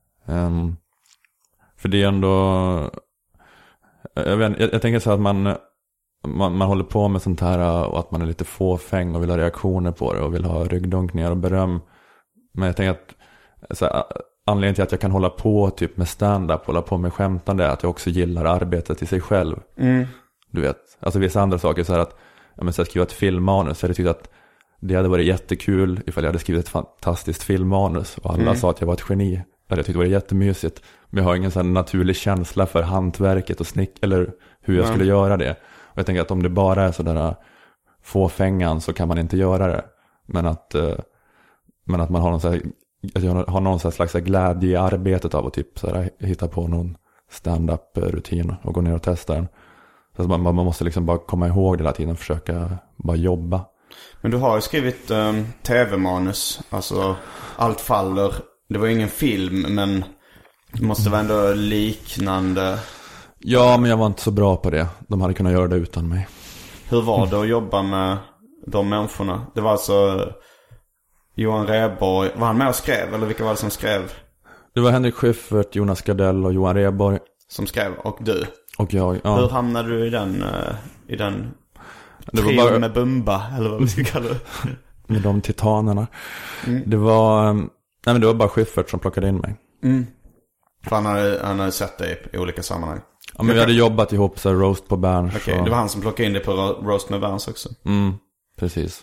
För det är ändå, jag tänker så att man håller på med sånt här och att man är lite fåfäng och vill ha reaktioner på det och vill ha ryggdunkningar och beröm. Men jag tänker att så här, anledningen till att jag kan hålla på typ med stand-up, hålla på med skämtande, är att jag också gillar arbetet i sig själv. Du vet, alltså vissa andra saker så här att så jag skriva ett filmmanus, så jag tyckte att det hade varit jättekul ifall jag hade skrivit ett fantastiskt filmmanus och alla sa att jag var ett geni. Jag tyckte det var jättemysigt, men jag har ingen sån naturlig känsla för hantverket och eller hur jag skulle göra det. Och jag tänker att om det bara är sådär fåfängan, så kan man inte göra det. Men att man har någon så här, att jag har någon så här slags glädje i arbetet av att typ så här, hitta på någon stand-up-rutin och gå ner och testa den. Så att man måste liksom bara komma ihåg det hela tiden och försöka bara jobba. Men du har ju skrivit tv-manus, alltså Allt faller. Det var ju ingen film, men det måste vara ändå liknande. Ja, men jag var inte så bra på det. De hade kunnat göra det utan mig. Hur var det att jobba med de människorna. Det var alltså Johan Rheborg. Var han med och skrev? Eller vilka var det som skrev? Det var Henrik Schyffert, Jonas Gardell och Johan Rheborg. Som skrev, och du. Och jag, ja. Hur hamnade du i den det var trion med Bumba, eller vad vi ska kalla det? Med de titanerna. Det var bara Schyffert som plockade in mig. För han hade sett dig i olika sammanhang. Ja, men vi hade jobbat ihop så här, roast på Berns. Okej, det var han som plockade in dig på roast med Berns också. Precis.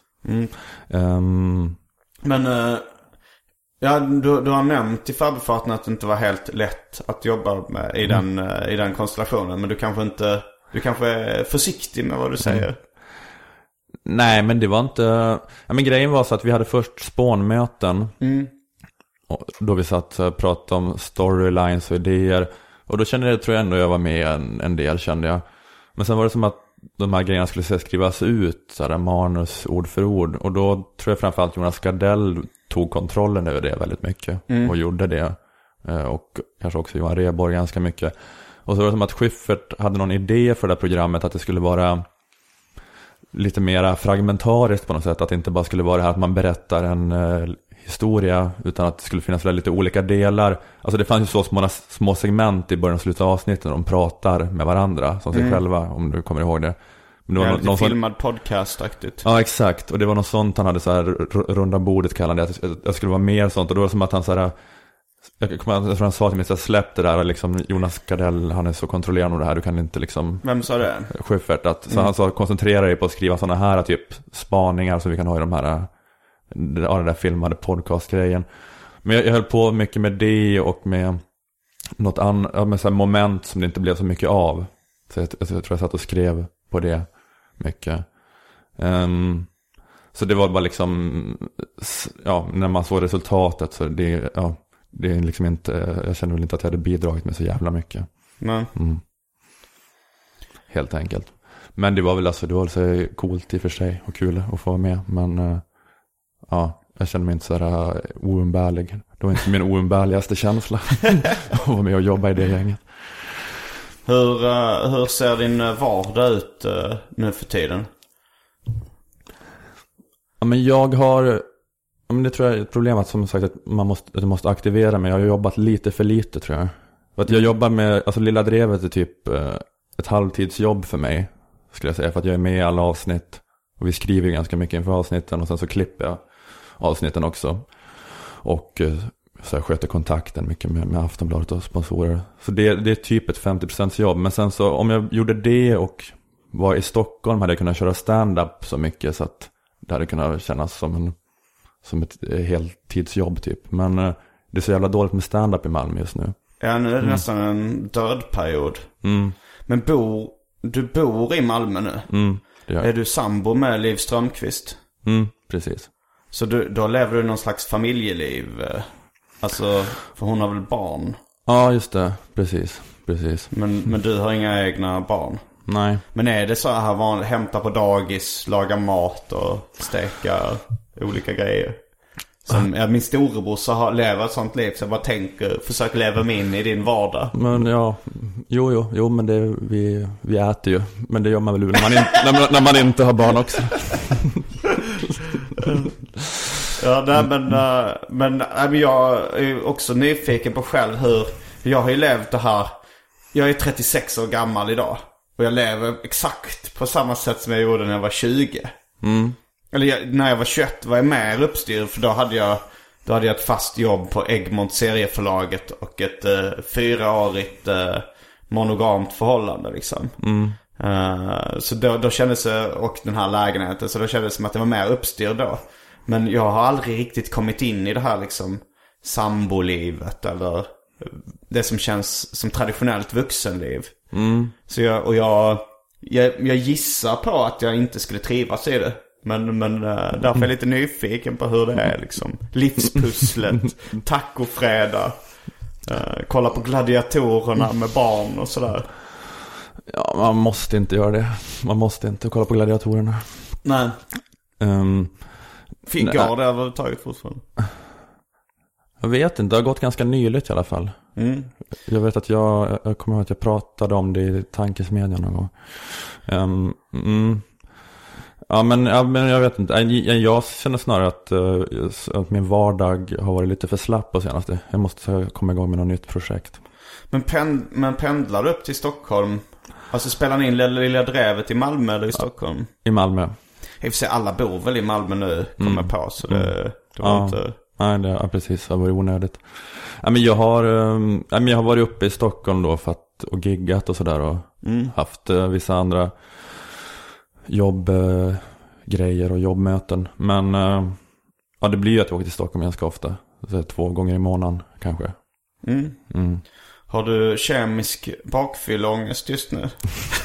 Men ja, du har nämnt i förbifarten att det inte var helt lätt att jobba med i den konstellationen. Men du kanske är försiktig med vad du säger. Nej, men det var inte... Ja, men grejen var så att vi hade först spånmöten. Då vi satt och pratade om storylines och idéer. Och då tror jag ändå jag var med en del, kände jag. Men sen var det som att de här grejerna skulle skrivas ut, så här, manus ord för ord. Och då tror jag framförallt Jonas Gardell tog kontrollen över det väldigt mycket. Och gjorde det. Och kanske också Johan Rheborg ganska mycket. Och så var det som att Schyffert hade någon idé för det här programmet, att det skulle vara lite mer fragmentariskt på något sätt. Att det inte bara skulle vara det här att man berättar en historia, utan att det skulle finnas lite olika delar. Alltså det fanns ju så små segment i början och slutet av avsnittet när de pratar med varandra som sig själva, om du kommer ihåg det. Men det var någon filmad podcast-aktigt. Ja, exakt. Och det var något sånt han hade så här runda bordet kallade det. Att jag skulle vara mer sånt. Och det var som att han så här... Jag tror han sa till mig, så släpp det där liksom, Jonas Gardell, han är så kontrollerande det här, du kan inte liksom... Vem sa det? Schyffert. Så han sa, koncentrera dig på att skriva sådana här typ spaningar som vi kan ha i de här... den där filmade podcastgrejen. Men jag höll på mycket med det och med något annat, med så här moment som det inte blev så mycket av. Så jag tror jag satt och skrev på det mycket. Så det var bara liksom, ja, när man såg resultatet så det är liksom inte, jag kände väl inte att jag hade bidragit med så jävla mycket. Nej. Helt enkelt. Men det var väl så coolt i och för sig och kul att få vara med, men ja, jag känner mig inte så här oumbärlig. Det var inte min oumbärligaste känsla att vara med och jobba i det gänget. Hur ser din vardag ut nu för tiden? Ja, men men det tror jag är ett problem, att som sagt att jag måste aktivera mig. Jag har jobbat lite för lite, tror jag. För att jag jobbar med, alltså Lilla Drevet är typ ett halvtidsjobb för mig, skulle jag säga. För att jag är med i alla avsnitt. Och vi skriver ganska mycket inför avsnitten. Och sen så klipper jag avsnitten också. Och så jag sköter kontakten mycket med Aftonbladet och sponsorer. Så det är typ ett 50% jobb. Men sen så om jag gjorde det och var i Stockholm hade jag kunnat köra stand-up så mycket så att det hade kunnat kännas som ett heltidsjobb typ. Men det är så jävla dåligt med stand-up i Malmö just nu. Ja, nu är det nästan en död period. Men du bor i Malmö nu? Är du sambo med Liv Strömquist? Precis. Så då lever du någon slags familjeliv? Alltså, för hon har väl barn? Ja, just det. Precis. Men du har inga egna barn? Nej. Men är det så här hämta på dagis, laga mat och steka olika grejer? Min storebror lever ett sånt liv, så jag bara försöker leva mig in i din vardag. Men ja, jo, men vi äter ju. Men det gör man väl när man inte har barn också. Ja, men jag är också nyfiken på själv hur jag har ju levt det här. Jag är 36 år gammal idag. Och jag lever exakt på samma sätt som jag gjorde när jag var 20. Eller när jag var 21 var jag mer uppstyrd. För då hade jag ett fast jobb på Egmont serieförlaget. Och ett 4-årigt monogamt förhållande liksom. Så då kändes det, och den här lägenheten, så då kändes det som att det var mer uppstyrd då. Men jag har aldrig riktigt kommit in i det här liksom sambolivet eller det som känns som traditionellt vuxenliv. Så jag gissar på att jag inte skulle trivas i det. Men därför är jag lite nyfiken på hur det är liksom. Livspusslet, tacofredag, kolla på gladiatorerna med barn och sådär. Ja, man måste inte göra det. Man måste inte kolla på gladiatorerna. Nej. Går det överhuvudtaget fortfarande? Jag vet inte, det har gått ganska nyligt i alla fall. Jag vet att jag kommer ihåg att jag pratade om det i Tankesmedjan någon gång. Ja, men jag vet inte. Jag känner snarare att min vardag har varit lite för slapp på senaste. Jag måste komma igång med något nytt projekt. Men pendlar du upp till Stockholm? Alltså spelar ni in Lilla Drevet i Malmö eller i Stockholm? I Malmö. I och för sig, alla bor väl i Malmö nu, kommer på. Så det var inte... Nej, precis. Det var onödigt. Ja, men jag har varit uppe i Stockholm då och giggat och sådär. Och haft vissa andra jobbgrejer och jobbmöten. Men det blir ju att jag åker till Stockholm ganska ofta. Så 2 gånger i månaden kanske. Har du kemisk bakfyllångest just nu?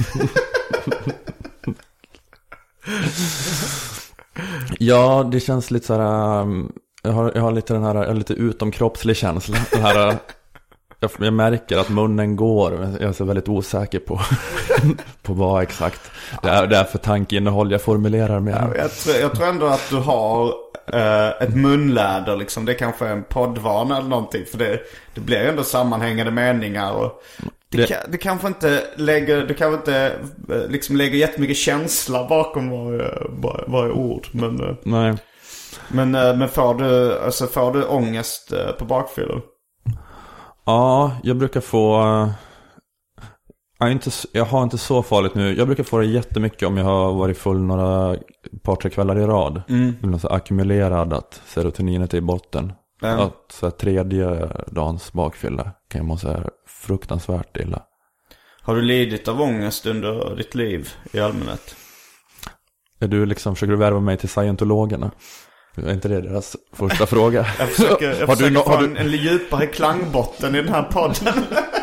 Ja, det känns lite så här. Jag har lite den här lite utomkroppslig känsla. Den här, jag märker att munnen går. Jag är så väldigt osäker på vad exakt det är för tankeinnehåll jag formulerar med. Jag tror ändå att du har ett munläder liksom. Det kanske är en poddvana eller någonting. För det blir ändå sammanhängande meningar. Och du kanske inte lägger jättemycket känsla bakom varje ord. Nej. Men får du ångest på bakfyllor? Ja, jag brukar få... Jag har inte så farligt nu. Jag brukar få det jättemycket om jag har varit full några par 3 kvällar i rad. Något så ackumulerad att serotoninet är i botten. Att så här, 3:e dagens bakfylla kan jag må så här fruktansvärt illa. Har du lidit av ångest under ditt liv i allmänhet? Försöker du värva mig till scientologerna? Är inte det deras första fråga? Jag försöker få en djupare klangbotten i den här podden.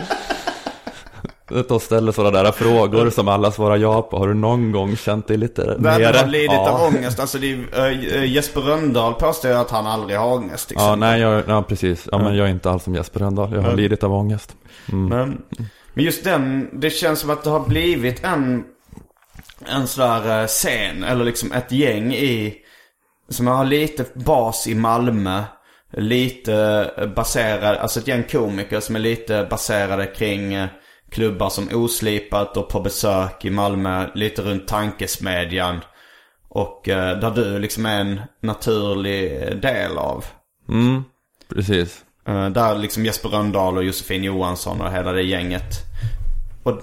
Och ställer sådana där frågor som alla svarar ja på. Har du någon gång känt dig lite nere? Du har lidit av ångest. Alltså Jesper Rönndahl påstår att han aldrig har ångest. Ja, precis. Ja, men jag är inte alls som Jesper Rönndahl. Jag har lidit av ångest. Men just det känns som att det har blivit en sån där scen. Eller liksom ett gäng som har lite bas i Malmö. Lite baserad, alltså ett gäng komiker som är lite baserade kring klubbar som Oslipat och På besök i Malmö, lite runt Tankesmedjan. Och där du liksom är en naturlig del av. Precis. Där liksom Jesper Rönndahl och Josefin Johansson och hela det gänget. Och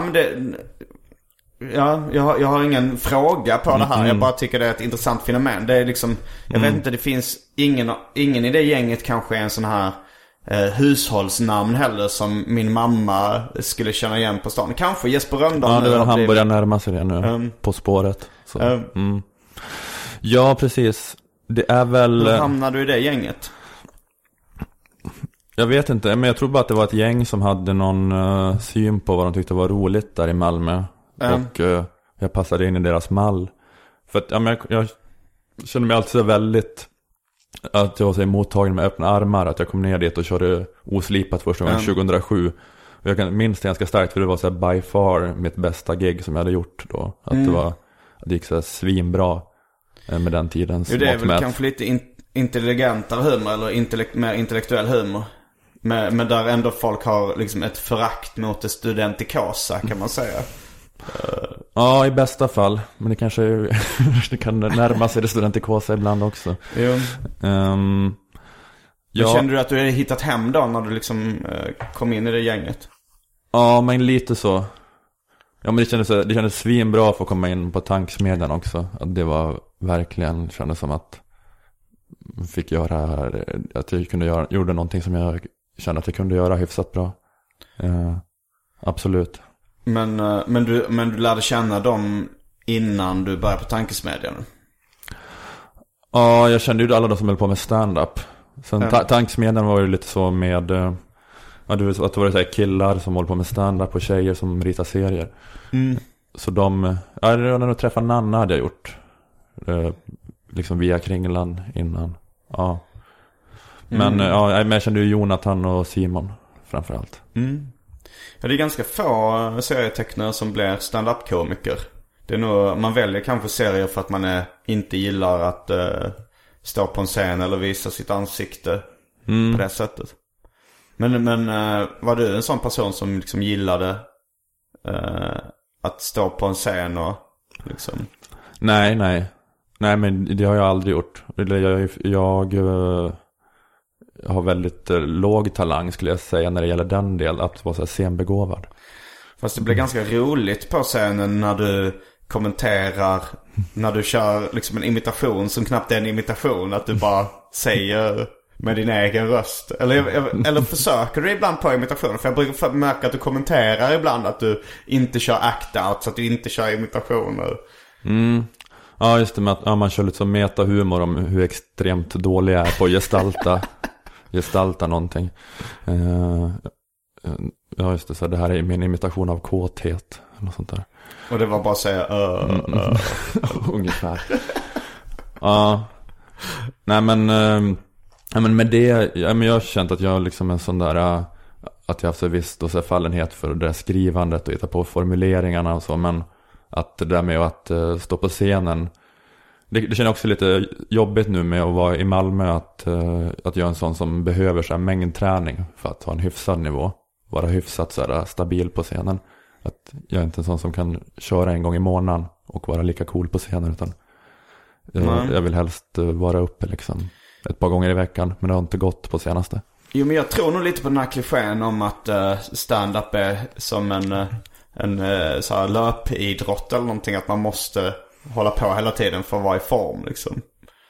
jag har ingen fråga på det här. Jag bara tycker det är ett intressant fenomen. Det är liksom, jag vet inte, det finns ingen i det gänget kanske är en sån här hushållsnamn heller som min mamma skulle känna igen på stan. Kanske Jesper Rönndahl. Ja, han börjar närma sig det nu. På spåret. Ja, precis. Det är väl... Hur hamnar du i det gänget? Jag vet inte, men jag tror bara att det var ett gäng som hade någon syn på vad de tyckte var roligt där i Malmö. Och jag passade in i deras mall. För att jag kände mig alltid så väldigt... Att jag var så mottagen med öppna armar. Att jag kom ner dit och körde Oslipat första gången 2007. Och jag minns det ganska starkt, för det var så här by far mitt bästa gig som jag hade gjort då. Att det gick så här svinbra med den tidens det är väl kanske lite intelligentare humor. Eller mer intellektuell humor. Men där ändå folk har liksom ett förakt mot det studentikosa, kan man säga. Ja, i bästa fall. Men det kanske det kan närma sig det studentikosa ibland också. Kände du att du hade hittat hem då när du liksom kom in i det gänget? Ja, men lite så. Ja, men det kändes svinbra för att komma in på Tankesmedjan också. Att det var verkligen, kändes som att fick göra, att jag gjorde någonting som jag kände att jag kunde göra hyfsat bra. Absolut. Men du lärde känna dem innan du började på Tankesmedjan? Ja, jag kände ju alla de som höll på med stand-up. Sen Tankesmedjan var ju lite så med... att det var så här killar som håller på med stand-up och tjejer som ritar serier. Så när jag träffade Nanna hade jag gjort. Liksom via Kringlan innan. Ja. Men jag kände ju Jonathan och Simon framförallt. Ja, det är ganska få serietecknare som blir stand-up-komiker. Det är nog, man väljer kanske serier för att man inte gillar att stå på en scen eller visa sitt ansikte på det sättet. Men var du en sån person som liksom gillade att stå på en scen och liksom... Nej, men det har jag aldrig gjort. Jag har väldigt låg talang, skulle jag säga, när det gäller den del, att vara så här scenbegåvad. Fast det blir ganska roligt på scenen när du kommenterar, när du kör liksom en imitation som knappt är en imitation, att du bara säger med din egen röst. Eller försöker du ibland på imitationer? För jag brukar märka att du kommenterar ibland att du inte kör act-out, så att du inte kör imitationer. Ja, just det, med att man kör lite som metahumor om hur extremt dålig jag är på att gestalta någonting. Ja, just det, så det här är min imitation av kåthet eller något sånt där. Och det var bara att säga ungefär. Ja. Nej, men med det, men jag har känt att jag liksom en sån där, att jag har haft en viss fallenhet för det skrivandet och hitta på formuleringarna och så, men att det där med att stå på scenen, det känns också lite jobbigt nu med att vara i Malmö, att jag är en sån som behöver så här mängdträning för att ha en hyfsad nivå, vara hyfsat så här stabil på scenen. Att jag är inte en sån som kan köra en gång i månaden och vara lika cool på scenen, utan jag vill helst vara uppe liksom ett par gånger i veckan, men det har inte gått på senaste. Jo, men jag tror nog lite på den här klichén om att stand-up är som en så här löpidrott eller någonting, att man måste hålla på hela tiden för att vara i form liksom.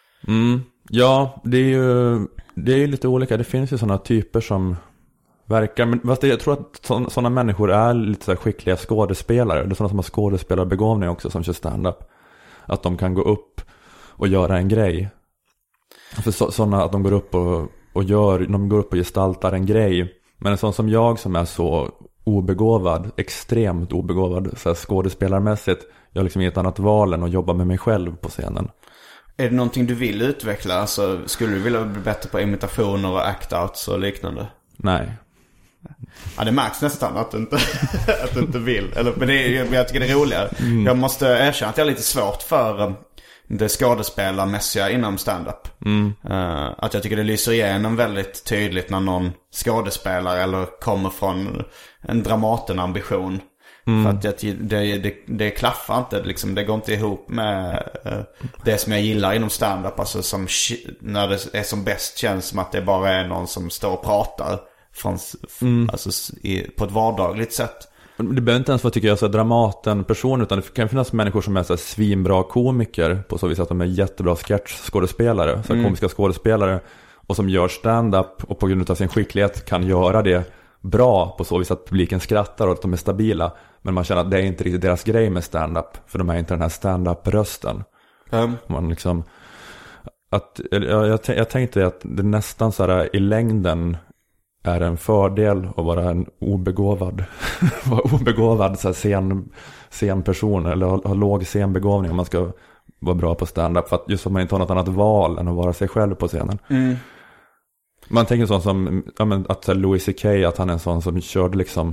Ja, det är ju lite olika. Det finns ju sådana typer som verkar, men jag tror att sådana människor är lite så här skickliga skådespelare. Det är sådana som har skådespelarbegåvning också som kör stand-up. Att de kan gå upp och göra en grej. För sådana att de går upp och gestaltar en grej. Men en sån som jag som är så obegåvad, extremt obegåvad så här skådespelarmässigt, jag har liksom inget annat val än att jobba med mig själv på scenen. Är det någonting du vill utveckla? Alltså, skulle du vilja bli bättre på imitationer och act-outs och liknande? Nej. Ja, det märks nästan att du inte vill. Men jag tycker det är roligare. Jag måste erkänna att jag har lite svårt för det skådespelarmässiga inom stand-up. Att jag tycker det lyser igenom väldigt tydligt när någon skådespelar eller kommer från en Dramaten-ambition. För att det klaffar inte liksom, det går inte ihop med det som jag gillar inom stand-up. Alltså som, när det är som bäst känns som att det bara är någon som står och pratar alltså, på ett vardagligt sätt. Det behöver inte ens vara, tycker jag, så Dramaten-person, utan det kan finnas människor som är så svinbra komiker på så vis att de är jättebra sketchskådespelare, så komiska skådespelare, och som gör stand-up och på grund av sin skicklighet kan göra det bra på så vis att publiken skrattar och att de är stabila, men man känner att det är inte riktigt deras grej med stand-up, för de är inte den här stand-up-rösten. Man liksom att, jag tänkte att det nästan så här i längden är en fördel att vara en obegåvad så här scenperson, eller ha låg scenbegåvning om man ska vara bra på stand-up, för att just att man inte har något annat val än att vara sig själv på scenen. Man tänker sånt som att Louis CK, att han är en sån som körde liksom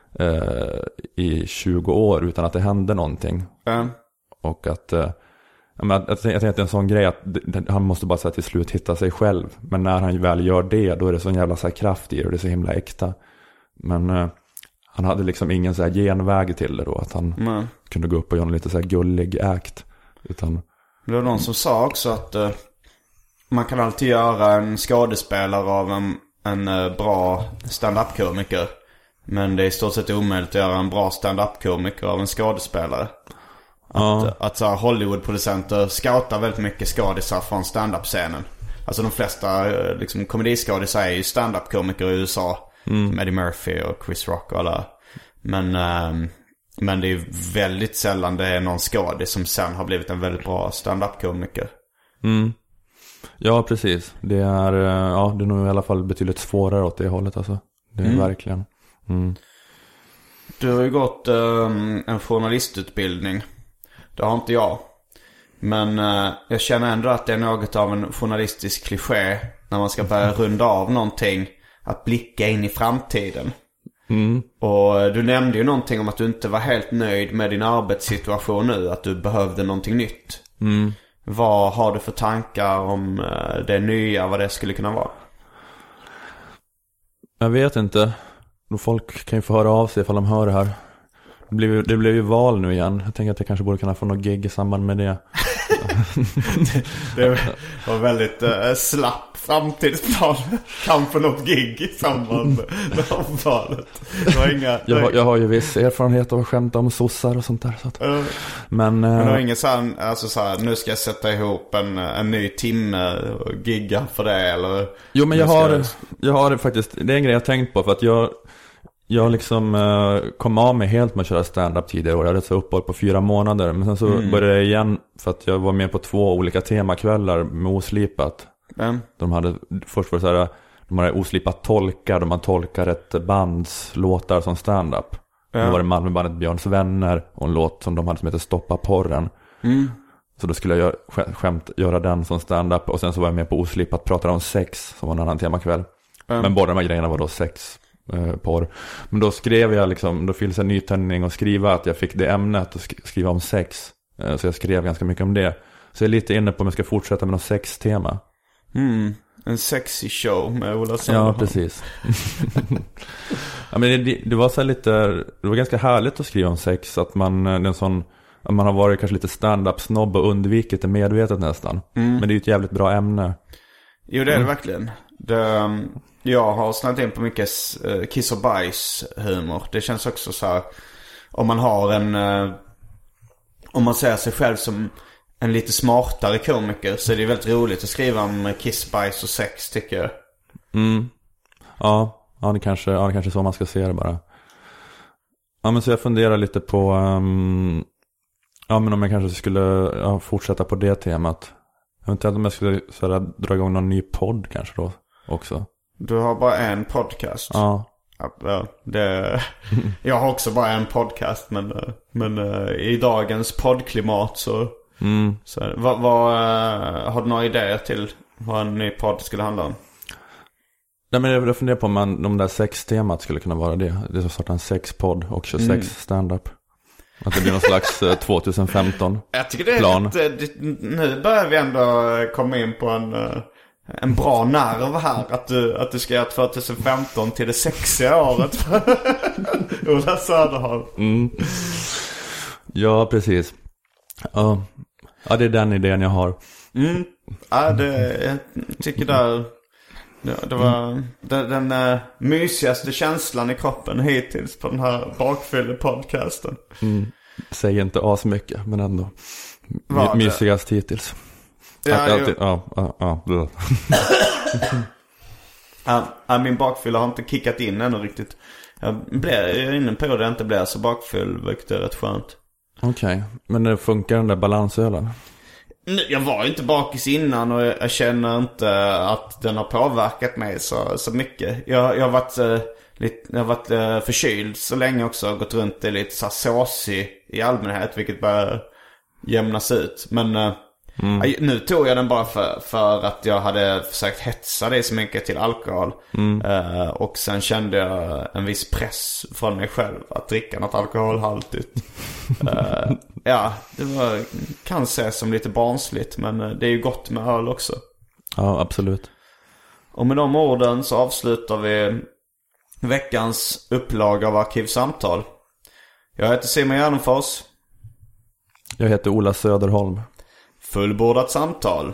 i 20 år utan att det hände någonting. Och att jag tänkte att det är en sån grej att han måste bara så här, till slut hitta sig själv. Men när han väl gör det, då är det så en jävla så här kraft i det, och det är så himla äkta. Men han hade liksom ingen så här genväg till det då, att han kunde gå upp och göra en lite så här gullig act. Utan det var någon som sa också att man kan alltid göra en skådespelare av en bra stand-up-komiker. Men det är i stort sett omöjligt att göra en bra stand-up-komiker av en skådespelare. Att så Hollywood-producenter scoutar väldigt mycket skådisar från stand-up-scenen. Alltså de flesta liksom, komediskådisar är ju stand-up-komiker i USA. Som Eddie Murphy och Chris Rock och alla. Men det är väldigt sällan det är någon skådis som sen har blivit en väldigt bra stand-up-komiker. Ja, precis. Det är nog i alla fall betydligt svårare åt det hållet alltså. Det är verkligen. Du har ju gått en journalistutbildning. Det har inte jag. Men jag känner ändå att det är något av en journalistisk kliché när man ska börja runda av någonting, att blicka in i framtiden. Och du nämnde ju någonting om att du inte var helt nöjd med din arbetssituation nu, att du behövde någonting nytt. Vad har du för tankar om det nya, vad det skulle kunna vara? Jag vet inte. Folk kan ju få höra av sig ifall de hör det här. Det blev ju val nu igen. Jag tänker att jag kanske borde kunna få något gig i samband med det. Det var väldigt slapp framtidsplan. Kan få något gig i samband med valet. Jag har ju viss erfarenhet av att skämta om sossar och sånt där. Så att, men det var ingen sån, alltså så här, nu ska jag sätta ihop en ny timme och gigga för det eller? Jo, men jag har faktiskt, det är en grej jag tänkt på, för att jag liksom kom av mig helt med att köra stand-up tidigare år. Jag hade så uppehåll på 4 månader. Men sen så började jag igen för att jag var med på 2 olika temakvällar med Oslipat. De hade, först var det så här, de hade Oslipat tolkar. De hade tolkar ett bands låtar som stand-up. Då var det Malmöbandet Björns vänner och en låt som de hade som heter Stoppa porren. Så då skulle jag göra den som stand-up. Och sen så var jag med på Oslipat, pratade om sex som var en annan temakväll. Men båda de här grejerna var då sex. Porr. Men då skrev jag liksom, då fylldes en nytändning och skriva att jag fick det ämnet och skriva om sex. Så jag skrev ganska mycket om det. Så jag är lite inne på om jag ska fortsätta med något sextema. En sexy show med Ola Söderholm. Ja, precis. Ja, men det var så lite, det var ganska härligt att skriva om sex, att man har varit kanske lite stand-up snobb och undvikit det medvetet nästan. Men det är ju ett jävligt bra ämne. Jo, det är det verkligen. Jag har snart in på mycket kiss och bajs humor. Det känns också så här, om man har om man ser sig själv som en lite smartare komiker, så är det väldigt roligt att skriva om kiss, bajs och sex, tycker jag. Ja, det kanske är så man ska se det bara. Ja, men så jag funderar lite på men om jag kanske skulle fortsätta på det temat. Jag vet inte om jag skulle så här, dra igång någon ny podd kanske då också. Du har bara en podcast. Ja. Jag har också bara en podcast, men i dagens poddklimat så vad har du några idéer till vad en ny podd skulle handla om? Nej, men jag funderar på om de där sextemat skulle kunna vara det. Det är så sort en sexpodd och 26 stand-up. Att det blir någon slags 2015 jag tycker det är plan. Nu börjar vi ändå komma in på en bra nerv här. Att du ska göra 2015 till det sexiga året för Ola Söderholm. Ja, precis. Ja, det är den idén jag har. Ja, jag tycker det var den mysigaste känslan i kroppen hittills på den här bakfylle-podcasten. Säg inte as mycket, men ändå mysigast hittills. Min bakfylla har inte kickat in ännu riktigt. Jag är inne på det, inte blir så bakfyll, vilket är rätt skönt. Okej, men det funkar den där balansölen? Jag var inte bakis innan och jag känner inte att den har påverkat mig så mycket. Jag har varit förkyld så länge också, gått runt i lite så såsig i allmänhet, vilket börjar jämnas ut. Men nu tog jag den bara för att jag hade försökt hetsa det så mycket till alkohol. Och sen kände jag en viss press från mig själv att dricka något alkoholhaltigt. Det kan ses som lite barnsligt, men det är ju gott med öl också. Ja, absolut. Och med de orden så avslutar vi veckans upplaga av Arkivsamtal. Jag heter Simon Gärdenfors. Jag heter Ola Söderholm. Fullbordat samtal.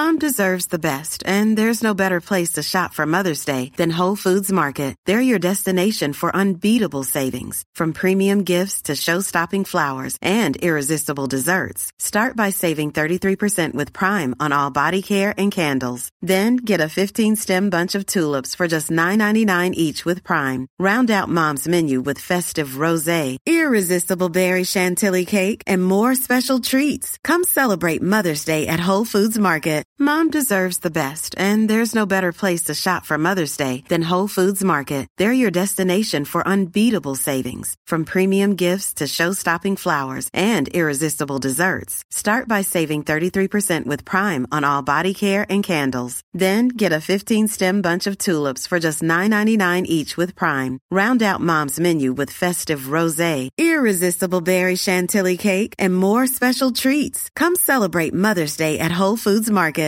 Mom deserves the best, and there's no better place to shop for Mother's Day than Whole Foods Market. They're your destination for unbeatable savings, from premium gifts to show-stopping flowers and irresistible desserts. Start by saving 33% with Prime on all body care and candles. Then get a 15-stem bunch of tulips for just $9.99 each with Prime. Round out Mom's menu with festive rosé, irresistible berry chantilly cake, and more special treats. Come celebrate Mother's Day at Whole Foods Market. Mom deserves the best, and there's no better place to shop for Mother's Day than Whole Foods Market. They're your destination for unbeatable savings, from premium gifts to show-stopping flowers and irresistible desserts. Start by saving 33% with Prime on all body care and candles. Then get a 15-stem bunch of tulips for just $9.99 each with Prime. Round out Mom's menu with festive rosé, irresistible berry chantilly cake, and more special treats. Come celebrate Mother's Day at Whole Foods Market.